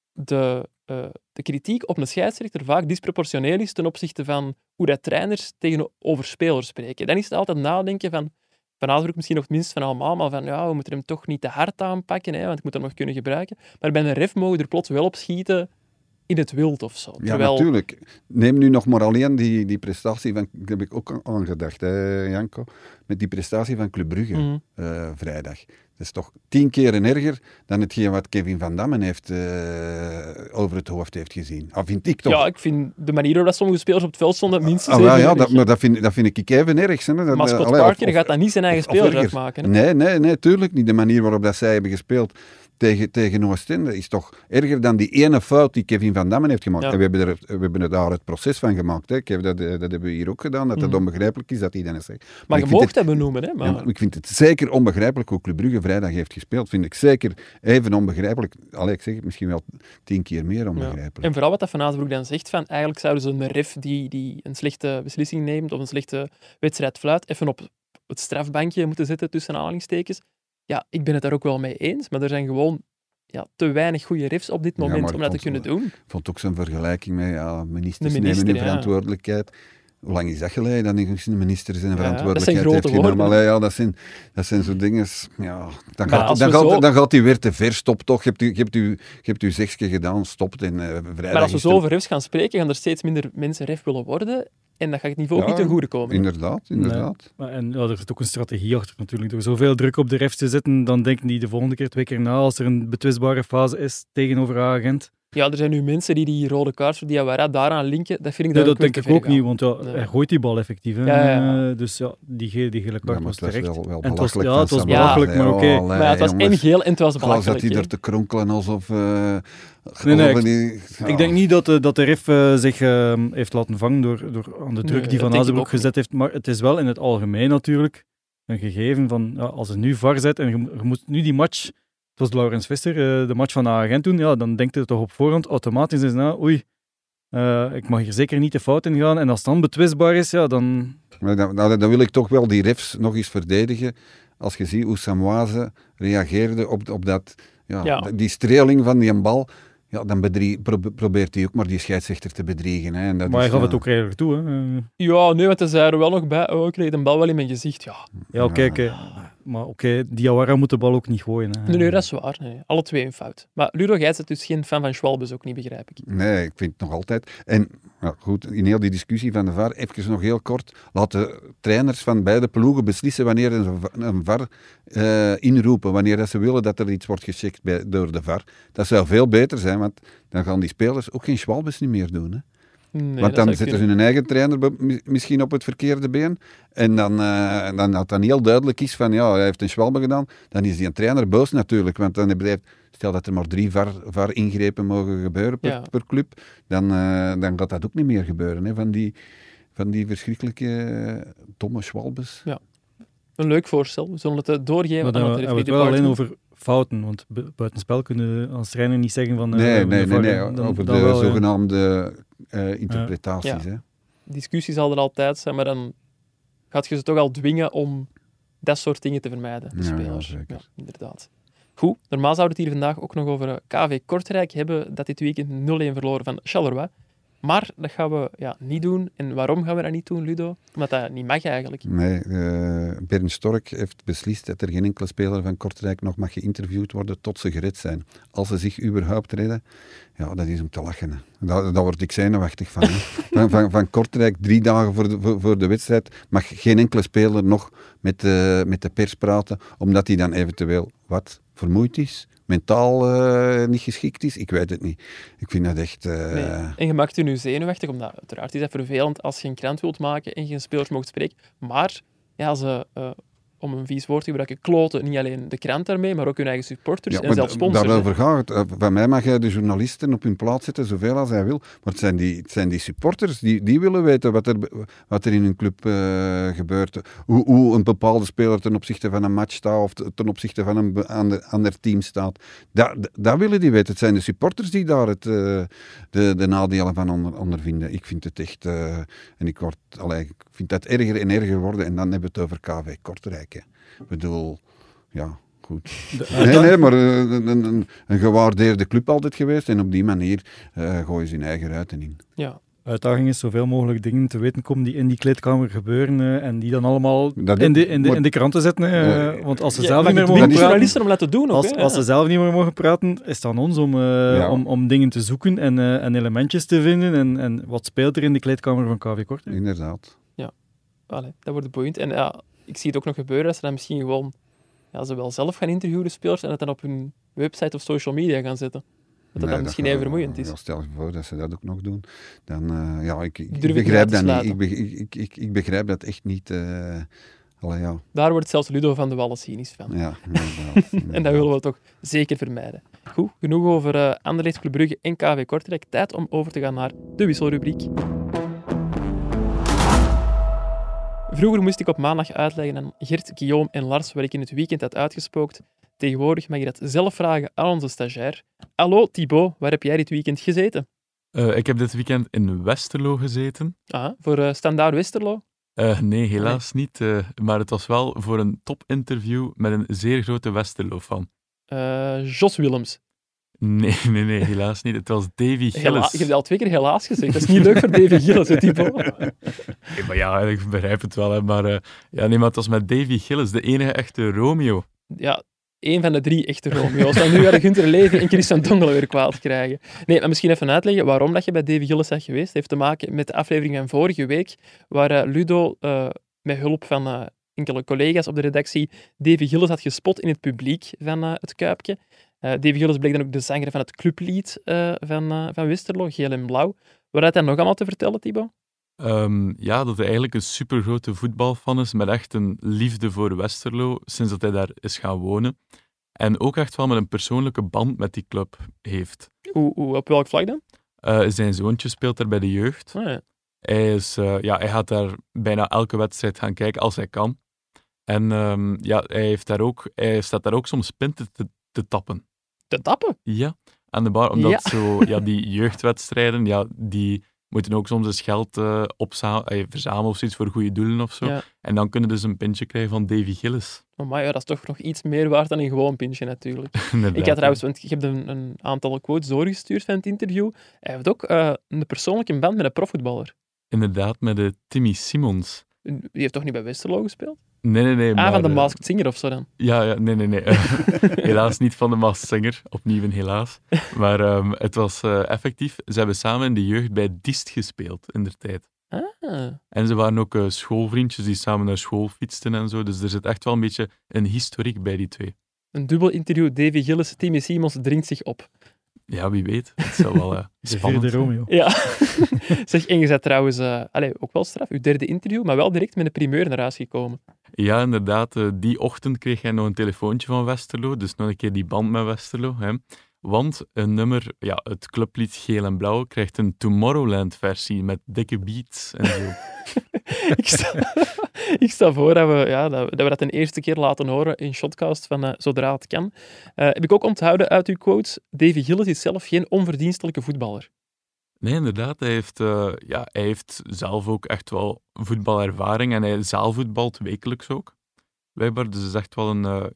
de kritiek op een scheidsrechter vaak disproportioneel is ten opzichte van hoe dat trainers tegenover spelers spreken. Dan is het altijd nadenken van Azenbroek misschien nog het minst van allemaal, maar van we moeten hem toch niet te hard aanpakken, want ik moet hem nog kunnen gebruiken. Maar bij een ref mogen er plots wel op schieten in het wild of zo. Ja, natuurlijk. Neem nu nog maar alleen die prestatie van, daar heb ik ook aan gedacht, Janko, met die prestatie van Club Brugge vrijdag. Dat is toch 10 keer erger dan hetgeen wat Kevin Van Damme heeft over het hoofd heeft gezien. Vind ik toch? Ja, ik vind de manier waarop sommige spelers op het veld stonden minstens even erg. Maar dat vind ik even erg. Maar Scott Parker gaat dat niet zijn eigen spelers uitmaken. Hè? Nee, tuurlijk niet. De manier waarop dat zij hebben gespeeld tegen Oostende is toch erger dan die ene fout die Kevin Van Damme heeft gemaakt. Ja. En we hebben er daar het proces van gemaakt. Hè. Dat hebben we hier ook gedaan, dat het onbegrijpelijk is dat hij dat zegt. Maar je moogt het benoemen. Hè? Maar... Ja, ik vind het zeker onbegrijpelijk hoe Club Brugge vrijdag heeft gespeeld. Vind ik zeker even onbegrijpelijk. Ik zeg het misschien wel 10 keer meer onbegrijpelijk. Ja. En vooral wat Van Azenbroek dan zegt, van eigenlijk zouden ze een ref die een slechte beslissing neemt of een slechte wedstrijd fluit, even op het strafbankje moeten zetten tussen aanhalingstekens. Ja, ik ben het daar ook wel mee eens, maar er zijn gewoon te weinig goede refs op dit moment om dat te kunnen doen. Ik vond ook zo'n vergelijking met ministers nemen hun verantwoordelijkheid. Hoe lang is dat geleden dat de minister zijn verantwoordelijkheid heeft genomen? Dat zijn zo dingen... Ja, dan gaat hij weer te ver. Stop toch. Je hebt uw zegje gedaan. Stopt. En vrijdag maar als we zo over refs gaan spreken, gaan er steeds minder mensen ref willen worden. En dat gaat het niveau niet ten goede komen. Inderdaad. Nee. En er zit ook een strategie achter natuurlijk. Door zoveel druk op de refs te zetten, dan denken die de volgende keer 2 keer na, als er een betwistbare fase is tegenover agent. Ja, er zijn nu mensen die rode kaart voor Diawara daaraan linken. Dat vind ik dat denk ik ook niet, want hij gooit die bal effectief. Ja. Dus die gele kaart was terecht. Wel en het was belachelijk, maar oké. Maar het was en geel en het was belachelijk. Zat hij er te kronkelen alsof... Ik denk niet dat de ref zich heeft laten vangen door aan de druk die Van Azenbroek gezet heeft, maar het is wel in het algemeen natuurlijk een gegeven van, als je nu VAR zet en je moet nu die match... Het was Laurens Visser, de match van de agent doen, dan denkt je toch op voorhand automatisch eens na, Ik mag hier zeker niet de fout in gaan. En als het dan betwistbaar is, ja, dan... Maar dan wil ik toch wel die refs nog eens verdedigen. Als je ziet hoe Samoise reageerde op dat, die streling van die bal... Ja, dan probeert hij ook maar die scheidsrechter te bedriegen. Hè. En dat maar hij gaf het ook redelijk toe. Hè. Ja, nee, want hij zei er wel nog bij. Ik kreeg de bal wel in mijn gezicht. Ja, kijk. Maar Diawara moet de bal ook niet gooien. Hè. Nee, dat is waar. Nee. Alle twee een fout. Maar Ludo, jij bent dus geen fan van Schwalbes, ook niet, begrijp ik. Nee, ik vind het nog altijd. En goed, in heel die discussie van de VAR, even nog heel kort, laten trainers van beide ploegen beslissen wanneer een VAR inroepen, wanneer dat ze willen dat er iets wordt gecheckt door de VAR. Dat zou veel beter zijn, want dan gaan die spelers ook geen Schwalbes niet meer doen. Hè. Nee, want dan zetten ze hun eigen trainer misschien op het verkeerde been. En dan dat dan heel duidelijk is van, hij heeft een Schwalbe gedaan, dan is die een trainer boos natuurlijk. Want dan stel dat er maar 3 VAR-ingrepen mogen gebeuren per club, dan gaat dat ook niet meer gebeuren. Hè, van die verschrikkelijke domme Schwalbes. Ja, een leuk voorstel. We zullen het doorgeven aan het referee. We hebben het wel alleen over fouten, want buitenspel kunnen als trainer niet zeggen van... Nee, over de zogenaamde interpretaties. Ja. Hè. Discussie zal er altijd zijn, maar dan gaat je ze toch al dwingen om dat soort dingen te vermijden, de spelers. Ja, zeker. Ja, inderdaad. Goed, normaal zouden we het hier vandaag ook nog over KV Kortrijk hebben, dat dit weekend 0-1 verloren van Charleroi. Maar dat gaan we niet doen. En waarom gaan we dat niet doen, Ludo? Omdat dat niet mag eigenlijk. Nee, Bernd Stork heeft beslist dat er geen enkele speler van Kortrijk nog mag geïnterviewd worden tot ze gered zijn. Als ze zich überhaupt redden, dat is om te lachen. Hè. Daar word ik zenuwachtig van. Van Kortrijk, 3 dagen voor de wedstrijd, mag geen enkele speler nog met de pers praten, omdat hij dan eventueel vermoeid is. Mentaal niet geschikt is, ik weet het niet. Ik vind dat echt... Nee. En je maakt je nu zenuwachtig, omdat uiteraard is dat vervelend als je een krant wilt maken en geen spelers mocht spreken. Maar ze, om een vies woord te gebruiken, kloten niet alleen de krant daarmee, maar ook hun eigen supporters en zelfs sponsors. Daarover gaat het. Van mij mag jij de journalisten op hun plaats zetten, zoveel als hij wil. Maar het zijn die supporters die willen weten wat er in hun club gebeurt. Hoe een bepaalde speler ten opzichte van een match staat of ten opzichte van een ander team staat. Dat willen die weten. Het zijn de supporters die daar de nadelen van ondervinden. Ik vind het echt... en ik vind dat erger en erger worden. En dan hebben we het over KV Kortrijk. Ik bedoel, goed. Maar een gewaardeerde club altijd geweest en op die manier gooien ze hun eigen ruiten in. Ja. Uitdaging is zoveel mogelijk dingen te weten komen die in die kleedkamer gebeuren en die dan allemaal in de kranten zetten. Want als ze zelf niet meer mogen praten... om laten doen ook, als ze zelf niet meer mogen praten, is het aan ons om dingen te zoeken en elementjes te vinden en wat speelt er in de kleedkamer van KV Kortrijk. Inderdaad. Ja, dat wordt boeiend. En ik zie het ook nog gebeuren dat ze dan misschien gewoon ze wel zelf gaan interviewen, de spelers, en het dan op hun website of social media gaan zetten. Dat misschien even vermoeiend is. Stel je voor dat ze dat ook nog doen. Dan, ik begrijp dat niet. Ik begrijp dat echt niet. Daar wordt zelfs Ludo van de Wallen cynisch van. Ja, inderdaad. En dat willen we toch zeker vermijden. Goed, genoeg over Anderlecht, Club Brugge en KV Kortrijk. Tijd om over te gaan naar de wisselrubriek. Vroeger moest ik op maandag uitleggen aan Gert, Guillaume en Lars waar ik in het weekend had uitgespookt. Tegenwoordig mag je dat zelf vragen aan onze stagiair. Hallo Thibaut, waar heb jij dit weekend gezeten? Ik heb dit weekend in Westerlo gezeten. Voor Standaard Westerlo? Nee, helaas niet. Maar het was wel voor een topinterview met een zeer grote Westerlo-fan. Jos Willems. Nee, helaas niet. Het was Davy Gillis. Je hebt al 2 keer helaas gezegd. Dat is niet leuk voor Davy Gillis, Thibaut. Maar ik begrijp het wel. Hè. Maar het was met Davy Gillis, de enige echte Romeo. Ja, 1 van de 3 echte Romeo's. En nu hadden Gunther Leven en Christian Dongelen weer kwaad krijgen. Nee, maar misschien even uitleggen waarom dat je bij Davy Gillis bent geweest. Het heeft te maken met de aflevering van vorige week, waar Ludo met hulp van enkele collega's op de redactie Davy Gillis had gespot in het publiek van het Kuipje. Davy Gillis bleek dan ook de zanger van het clublied van Westerlo, Geel en Blauw. Wat had hij nog allemaal te vertellen, Thibaut? Dat hij eigenlijk een supergrote voetbalfan is, met echt een liefde voor Westerlo, sinds dat hij daar is gaan wonen. En ook echt wel met een persoonlijke band met die club heeft. Op welk vlak dan? Zijn zoontje speelt daar bij de jeugd. Oh, ja. Hij gaat daar bijna elke wedstrijd gaan kijken als hij kan. En hij staat daar ook soms pinten te tappen. Te tappen? Ja, aan de bar. Omdat die jeugdwedstrijden, die moeten ook soms eens geld verzamelen of zoiets voor goede doelen of zo. Ja. En dan kunnen dus een pintje krijgen van Davy Gillis. Maar dat is toch nog iets meer waard dan een gewoon pintje natuurlijk. Ik had trouwens, want ik heb een aantal quotes doorgestuurd van het interview. Hij heeft ook een persoonlijke band met een profvoetballer. Inderdaad, met Timmy Simons. Die heeft toch niet bij Westerlo gespeeld? Nee. Maar, van de Masked Singer of zo dan? Ja, nee. Helaas niet van de Masked Singer. Opnieuw een helaas. Maar het was effectief. Ze hebben samen in de jeugd bij Diest gespeeld, indertijd. En ze waren ook schoolvriendjes die samen naar school fietsten en zo. Dus er zit echt wel een beetje een historiek bij die twee. Een dubbel interview. Davy Gillis, Timmy Simons dringt zich op. Ja, wie weet. Het zou wel spannend de Romeo. Ja. Zeg, en je bent trouwens ook wel straf. Uw derde interview, maar wel direct met een primeur naar huis gekomen. Ja, inderdaad. Die ochtend kreeg hij nog een telefoontje van Westerlo. Dus nog een keer die band met Westerlo. Hè. Want een nummer, het clublied Geel en Blauw, krijgt een Tomorrowland-versie met dikke beats en zo. Ik sta voor dat we dat een eerste keer laten horen in Shotcast van Zodra het kan. Heb ik ook onthouden uit uw quotes, Davy Gillis is zelf geen onverdienstelijke voetballer. Nee, inderdaad. Hij heeft zelf ook echt wel voetbalervaring en hij zaalvoetbalt wekelijks ook. Blijkbaar, dus is echt wel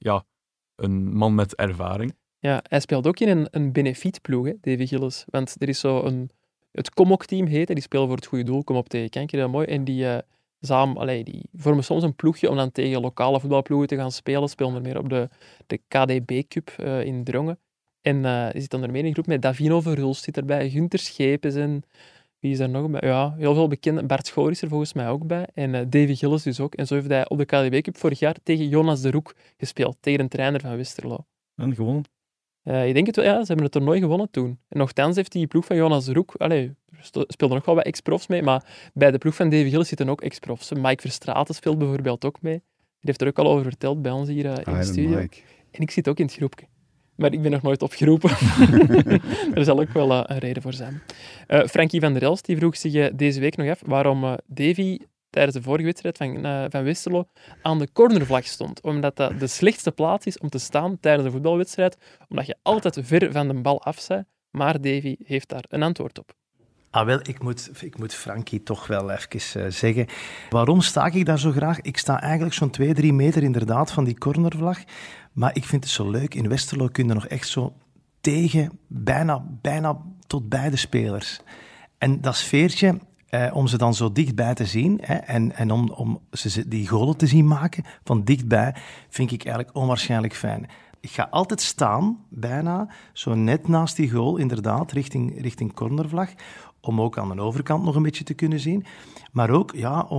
een man met ervaring. Ja, hij speelt ook in een benefietploeg, hè, Davy Gillis. Want er is zo het Komok-team heet, die spelen voor het goede doel, Kom op tegen Kanker, heel mooi. En die vormen soms een ploegje om dan tegen lokale voetbalploegen te gaan spelen. Spelen er meer op de KDB Cup in Drongen. En je zit dan er meer in een groep met Davino Verhulst zit erbij, Gunther Schepens en wie is er nog bij? Ja, heel veel bekende. Bart Schoor is er volgens mij ook bij. En Davy Gillis dus ook. En zo heeft hij op de KDB Cup vorig jaar tegen Jonas de Roek gespeeld, tegen een trainer van Westerlo. En gewonnen. Ik denk het wel, ja. Ze hebben het toernooi gewonnen toen. En nochtans heeft die ploeg van Jonas de Roek... speelde nog wel wat ex-profs mee, maar bij de ploeg van Davy Gillis zitten ook ex-profs. Mike Verstraeten speelt bijvoorbeeld ook mee. Die heeft er ook al over verteld bij ons hier in de studio. Mike. En ik zit ook in het groepje. Maar ik ben nog nooit opgeroepen. Er zal ook wel een reden voor zijn. Frankie van der Elst die vroeg zich deze week nog af waarom Davy tijdens de vorige wedstrijd van Westerlo aan de cornervlag stond. Omdat dat de slechtste plaats is om te staan tijdens een voetbalwedstrijd. Omdat je altijd ver van de bal af bent. Maar Davy heeft daar een antwoord op. Wel, ik moet Frankie toch wel even zeggen. Waarom sta ik daar zo graag? Ik sta eigenlijk zo'n 2-3 meter inderdaad van die cornervlag. Maar ik vind het zo leuk. In Westerlo kun je nog echt zo tegen, bijna tot bij de spelers. En dat sfeertje, om ze dan zo dichtbij te zien en om ze die goalen te zien maken van dichtbij, vind ik eigenlijk onwaarschijnlijk fijn. Ik ga altijd staan, bijna, zo net naast die goal, inderdaad, richting cornervlag, om ook aan de overkant nog een beetje te kunnen zien. Maar ook,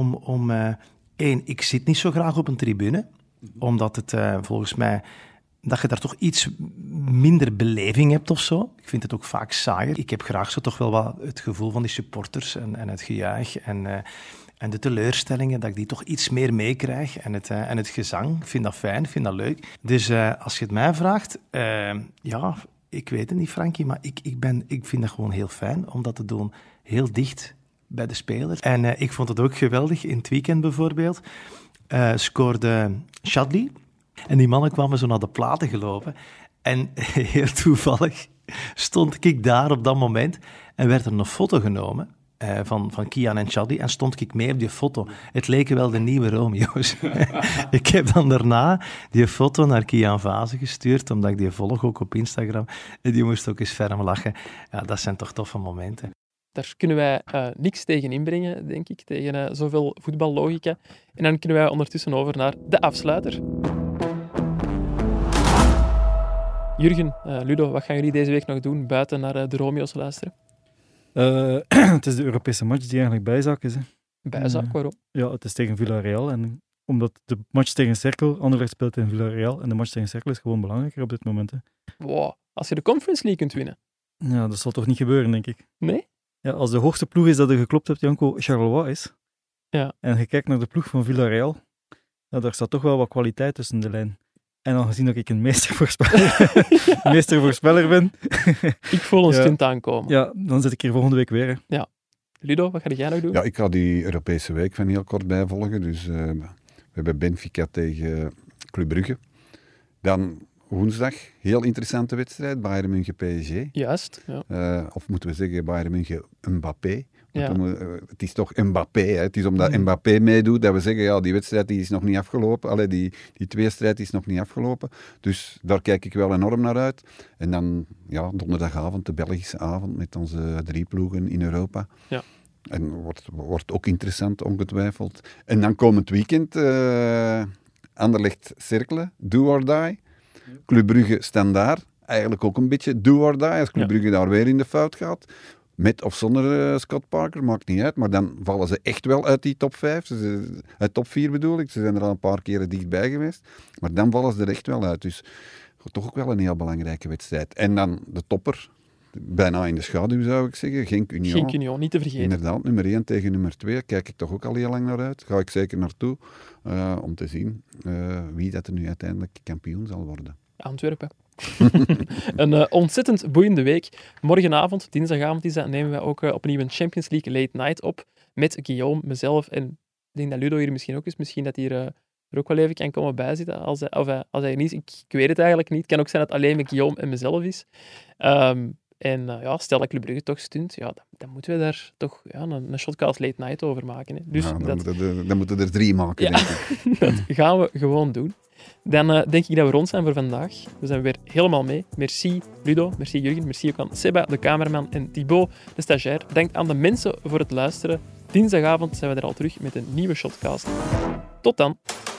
ik zit niet zo graag op een tribune, omdat het volgens mij, dat je daar toch iets minder beleving hebt of zo. Ik vind het ook vaak saaier. Ik heb graag zo toch wel wat het gevoel van die supporters en het gejuich en de teleurstellingen, dat ik die toch iets meer meekrijg. En het gezang, ik vind dat fijn, ik vind dat leuk. Dus als je het mij vraagt, ik weet het niet, Frankie, maar ik vind dat gewoon heel fijn om dat te doen. Heel dicht bij de spelers. En ik vond het ook geweldig. In het weekend bijvoorbeeld scoorde Chadli. En die mannen kwamen zo naar de platen gelopen. En heel toevallig stond ik daar op dat moment en werd er een foto genomen van Kian en Chadli en stond ik mee op die foto. Het leken wel de nieuwe Romeo's. Ik heb dan daarna die foto naar Kian Vaze gestuurd, omdat ik die volg ook op Instagram. En die moest ook eens ferm lachen. Ja, dat zijn toch toffe momenten. Daar kunnen wij niks tegen inbrengen, denk ik, tegen zoveel voetballogica. En dan kunnen wij ondertussen over naar de afsluiter. Jurgen, Ludo, wat gaan jullie deze week nog doen buiten naar de Romeo's luisteren? Het is de Europese match die eigenlijk bijzaak is. Hè. Bijzaak, waarom? Ja, het is tegen Villarreal. En omdat de match tegen Cercle, Anderlecht speelt in Villarreal, en de match tegen Cercle is gewoon belangrijker op dit moment. Hè. Wow, als je de Conference League kunt winnen. Ja, dat zal toch niet gebeuren, denk ik. Nee? Ja, als de hoogste ploeg is dat je geklopt hebt, Janko, Charleroi is, ja. En je kijkt naar de ploeg van Villarreal, daar staat toch wel wat kwaliteit tussen de lijn. En aangezien dat ik een meestervoorspeller ben... Ik voel een stunt aankomen. Ja, dan zit ik hier volgende week weer. Hè. Ja. Ludo, wat ga jij nog doen? Ja, ik ga die Europese week van heel kort bijvolgen. Dus we hebben Benfica tegen Club Brugge. Dan woensdag, heel interessante wedstrijd, Bayern München-PSG. Juist. Ja. Of moeten we zeggen Bayern München-Mbappé. Ja. Het is toch Mbappé. Hè? Het is omdat Mbappé meedoet dat we zeggen, ja, die wedstrijd die is nog niet afgelopen. Allee, die tweestrijd is nog niet afgelopen. Dus daar kijk ik wel enorm naar uit. En dan donderdagavond, de Belgische avond met onze 3 ploegen in Europa. Ja. En wordt ook interessant, ongetwijfeld. En dan komend weekend Anderlecht Cercle, do or die. Club Brugge Standaard, eigenlijk ook een beetje do or die. Als Club Brugge daar weer in de fout gaat. Met of zonder Scott Parker, maakt niet uit. Maar dan vallen ze echt wel uit die top 5. Uit top 4 bedoel ik. Ze zijn er al een paar keren dichtbij geweest. Maar dan vallen ze er echt wel uit. Dus toch ook wel een heel belangrijke wedstrijd. En dan de topper. Bijna in de schaduw, zou ik zeggen. Genk-Union. Genk-Union, niet te vergeten. Inderdaad, nummer 1 tegen nummer 2. Kijk ik toch ook al heel lang naar uit. Ga ik zeker naartoe. Om te zien wie dat er nu uiteindelijk kampioen zal worden. Antwerpen. Een ontzettend boeiende week. Morgenavond, dinsdagavond is dat, nemen wij ook opnieuw een Champions League Late Night op. Met Guillaume, mezelf en ik denk dat Ludo hier misschien ook is. Misschien dat hij er ook wel even kan komen bijzitten. Als hij er niet is. Ik weet het eigenlijk niet. Het kan ook zijn dat het alleen met Guillaume en mezelf is. Stel dat Club Brugge toch stunt, dan moeten we daar toch een Shotcast Late Night over maken. Hè. Dus dan moeten we er 3 maken, denk ik. Dat gaan we gewoon doen. Dan denk ik dat we rond zijn voor vandaag. We zijn weer helemaal mee. Merci Ludo, merci Jurgen, merci ook aan Seba, de cameraman, en Thibaut, de stagiair. Dank aan de mensen voor het luisteren. Dinsdagavond zijn we er al terug met een nieuwe Shotcast. Tot dan!